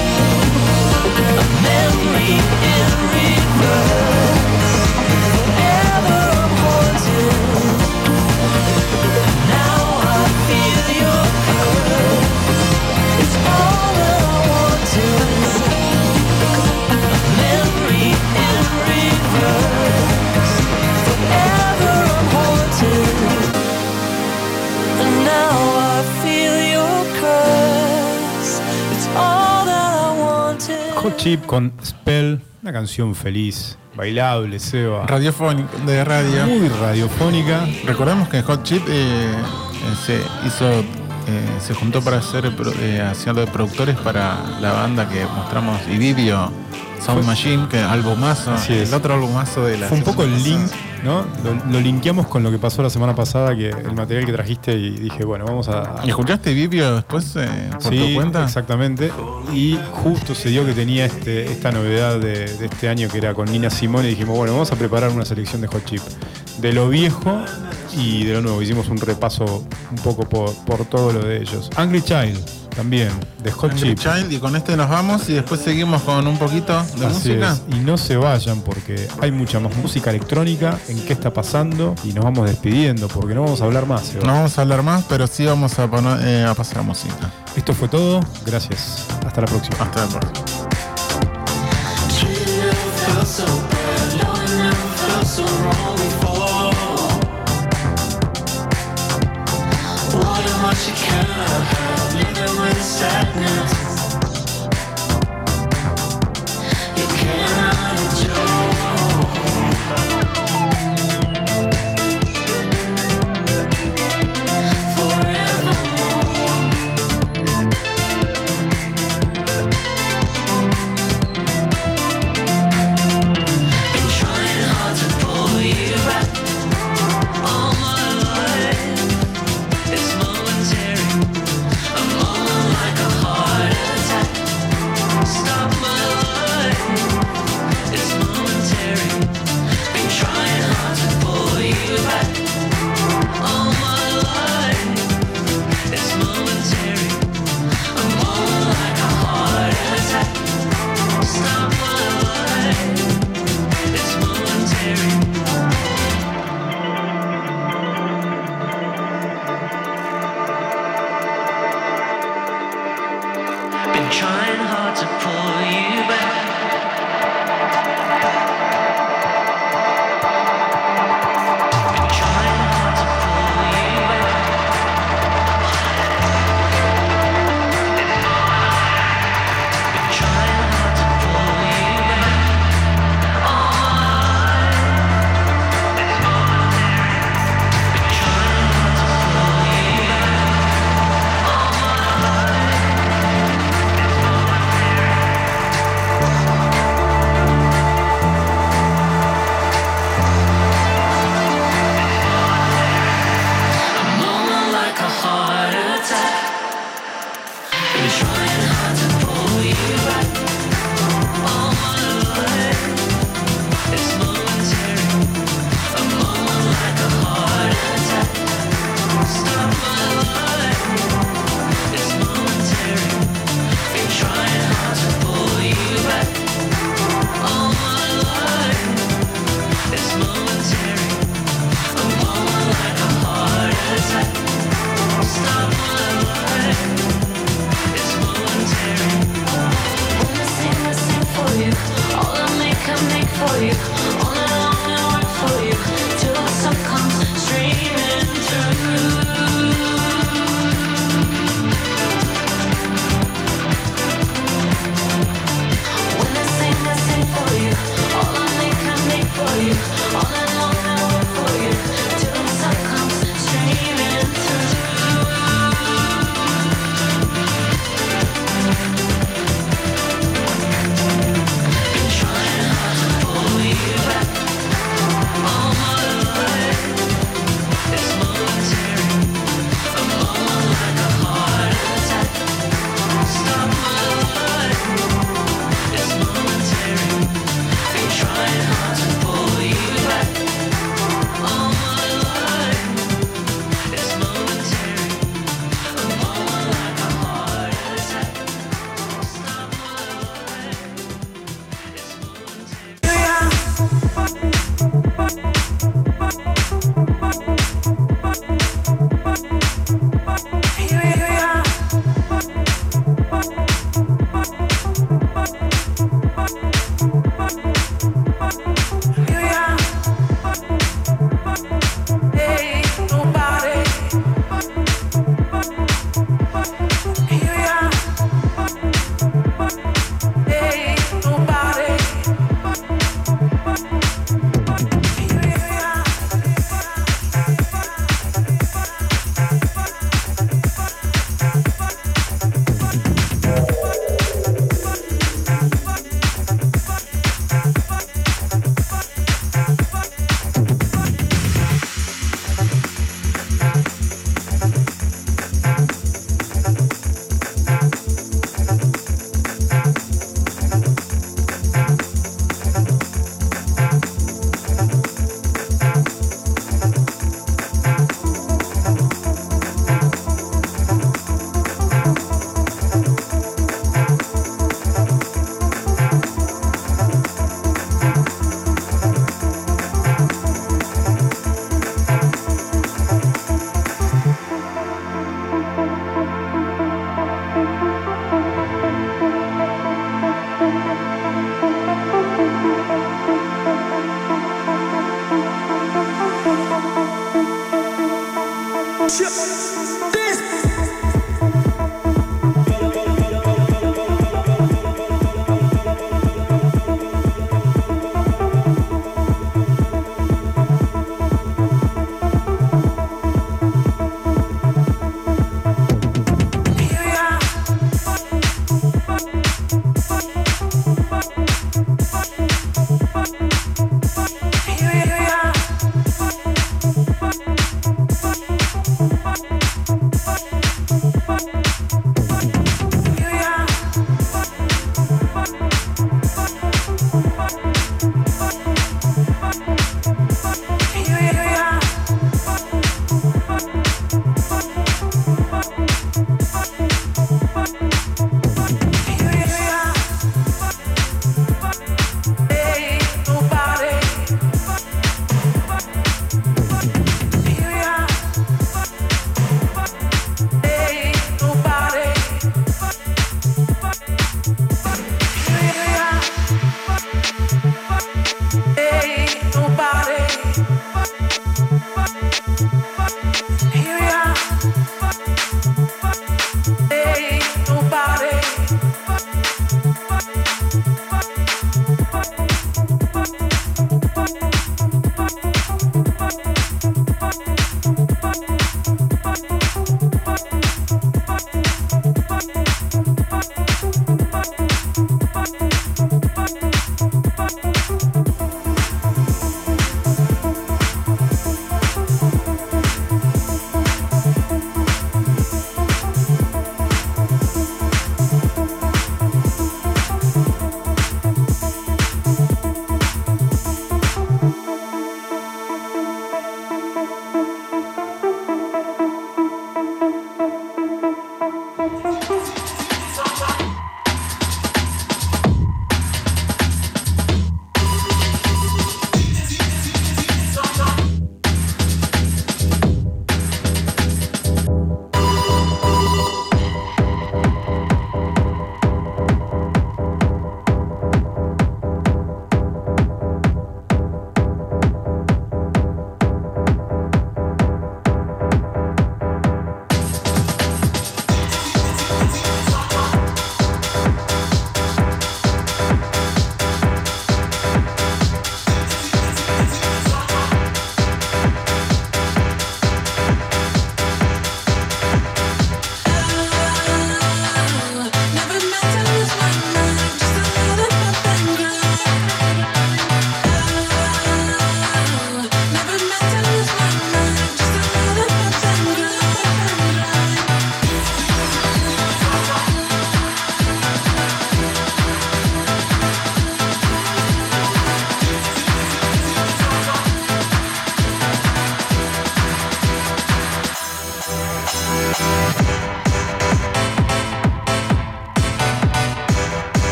S4: A memory in reverse. Forever I'm haunted. Now I feel your curves. It's all that I wanted. A memory in reverse. Forever I'm haunted. And now I feel your curves. It's all that I wanted.
S1: Hot Chip con Spell, una canción feliz, bailable, Seba.
S2: Radiofónico de radio.
S1: Muy radiofónica.
S2: Recordemos que Hot Chip eh, eh, se hizo, eh, se juntó para hacer pro- eh, haciendo de productores para la banda que mostramos Ibibio, Sound
S1: Fue-
S2: Machine, que albumazo,
S1: Así es.
S2: el otro albumazo de la
S1: Fue un poco el
S2: semana
S1: link, ¿no? Lo, lo linkeamos con lo que pasó la semana pasada, que el material que trajiste, y dije, bueno, vamos a.
S2: pasada. ¿Y escuchaste Ibibio después eh, por
S1: Sí,
S2: tu cuenta?
S1: exactamente. Y justo se dio que tenía este, esta novedad de, de este año que era con Nina Simone y dijimos, bueno, vamos a preparar una selección de Hot Chip. De lo viejo y de lo nuevo. Hicimos un repaso un poco por, por todo lo de ellos. Angry Child también, de Hot
S2: Angry
S1: Chip.
S2: Child, y con este nos vamos y después seguimos con un poquito de
S1: Así
S2: música.
S1: es. Y no se vayan porque hay mucha más música electrónica en qué está pasando y nos vamos despidiendo porque no vamos a hablar más. Seba.
S2: No vamos a hablar más, pero sí vamos a, poner, eh, a pasar música.
S1: Esto fue todo. Gracias. Hasta la próxima.
S2: Hasta la próxima.
S4: Why
S10: what you cannot have, living with sadness. You cannot enjoy.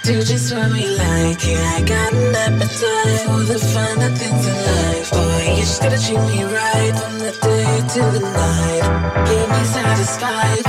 S10: Do just what we like, yeah, I got an appetite for the finer things in life. Boy, you just gotta treat me right from the day till the night. Keep me satisfied.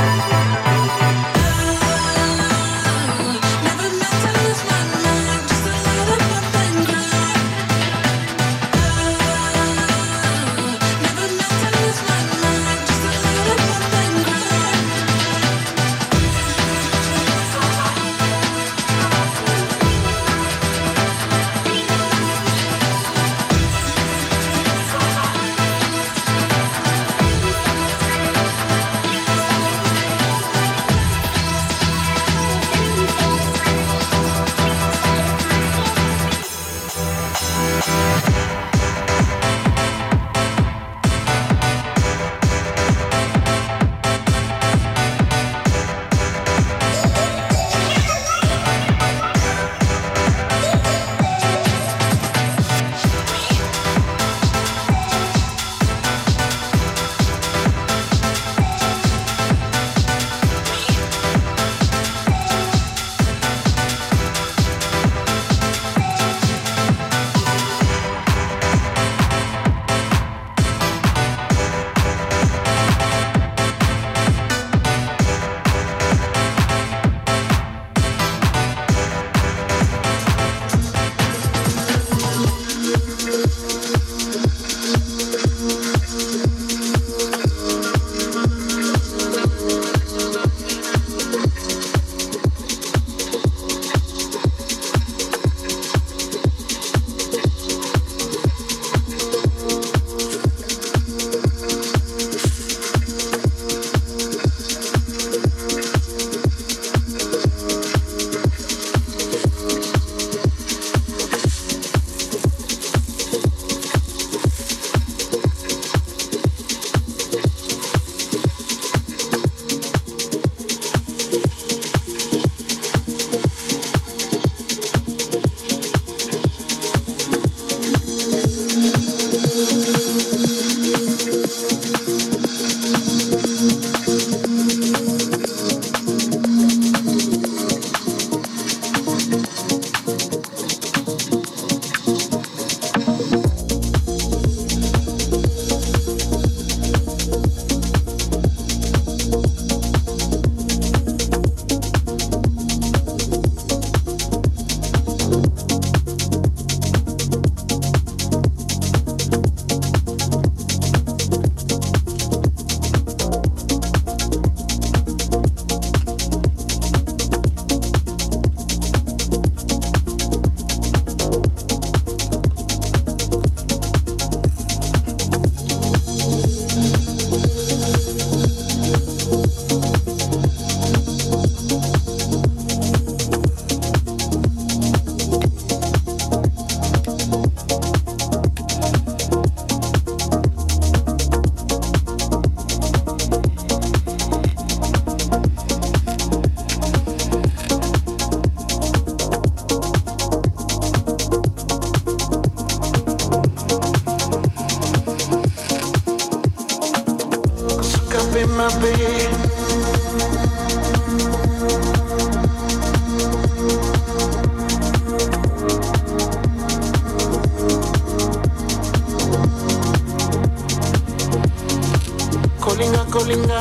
S11: Kolinga kolinga,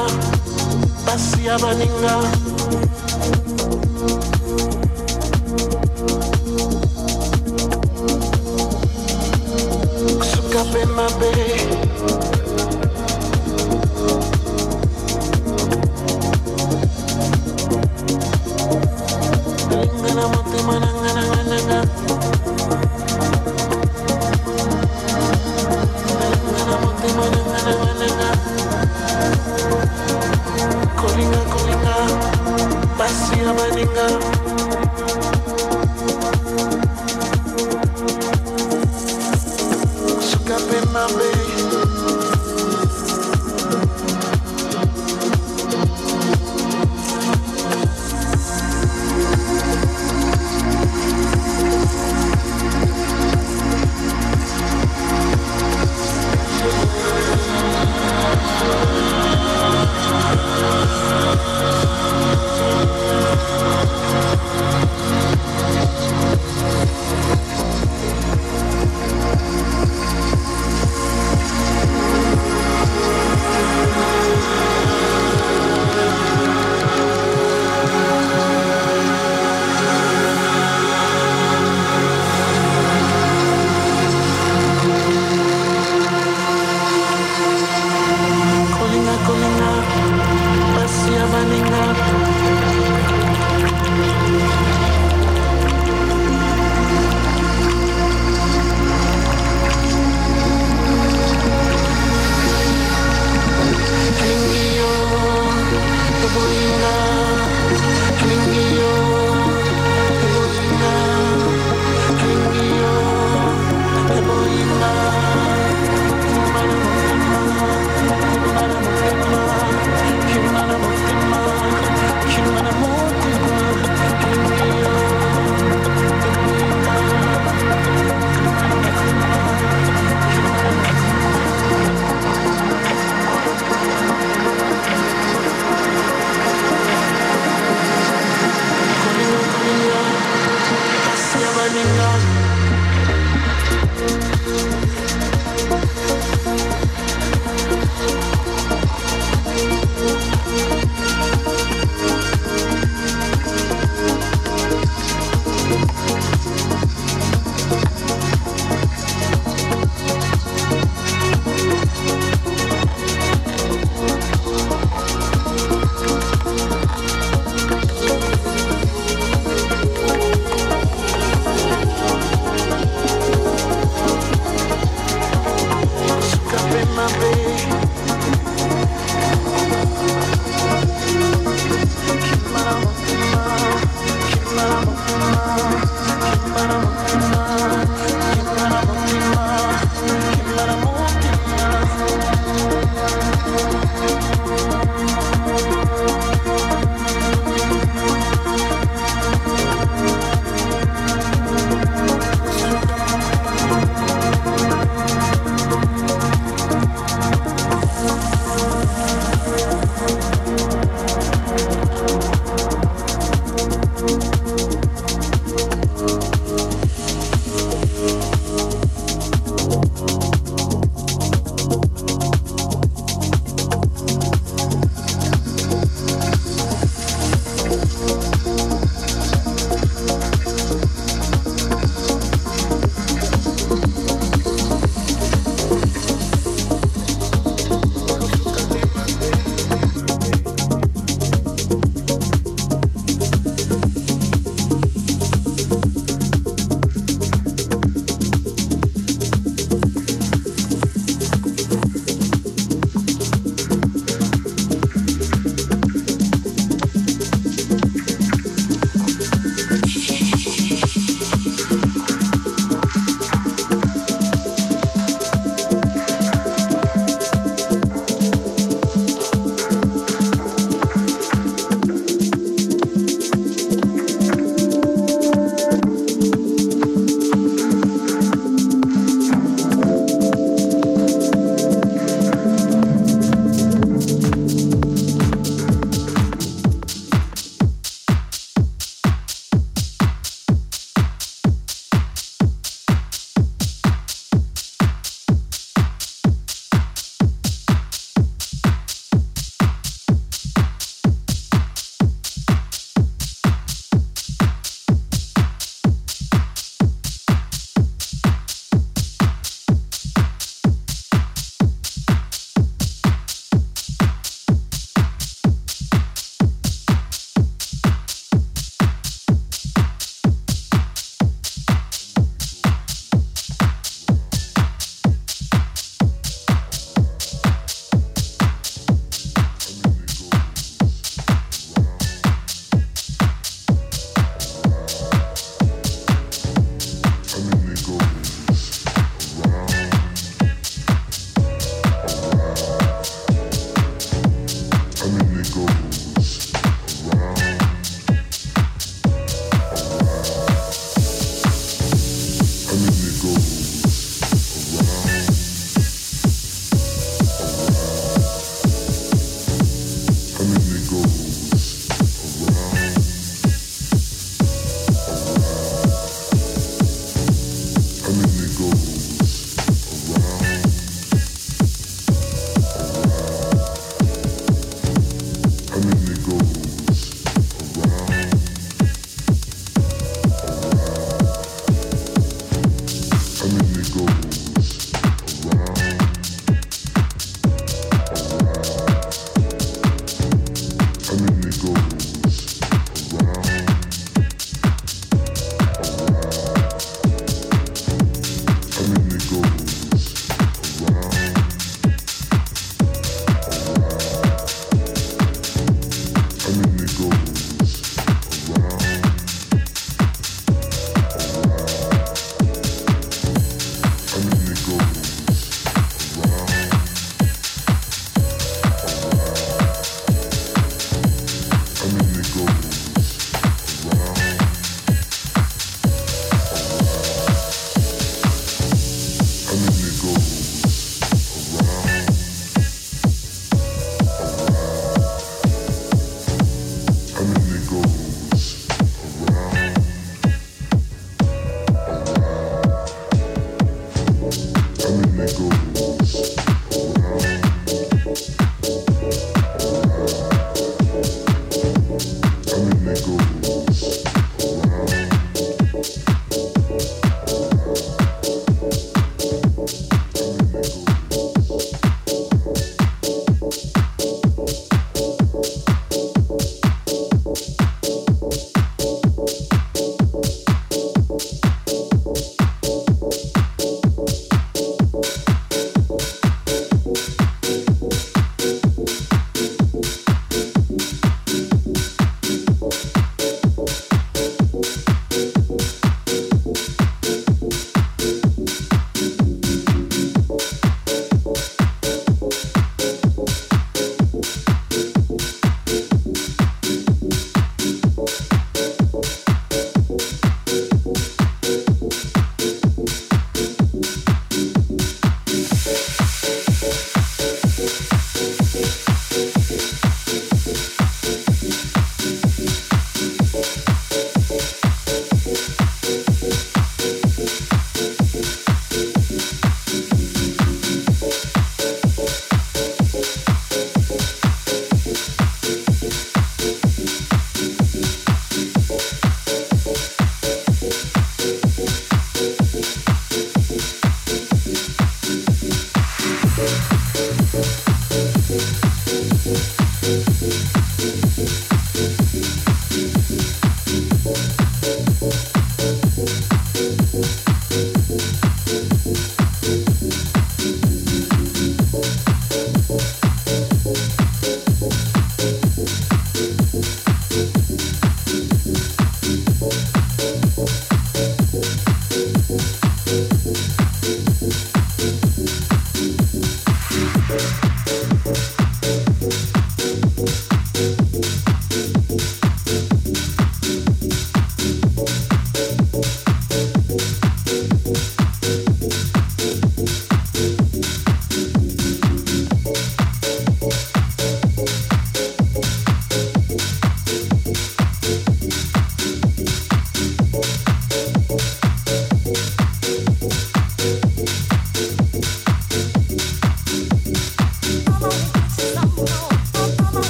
S11: basi abaninga. Suka be my babe.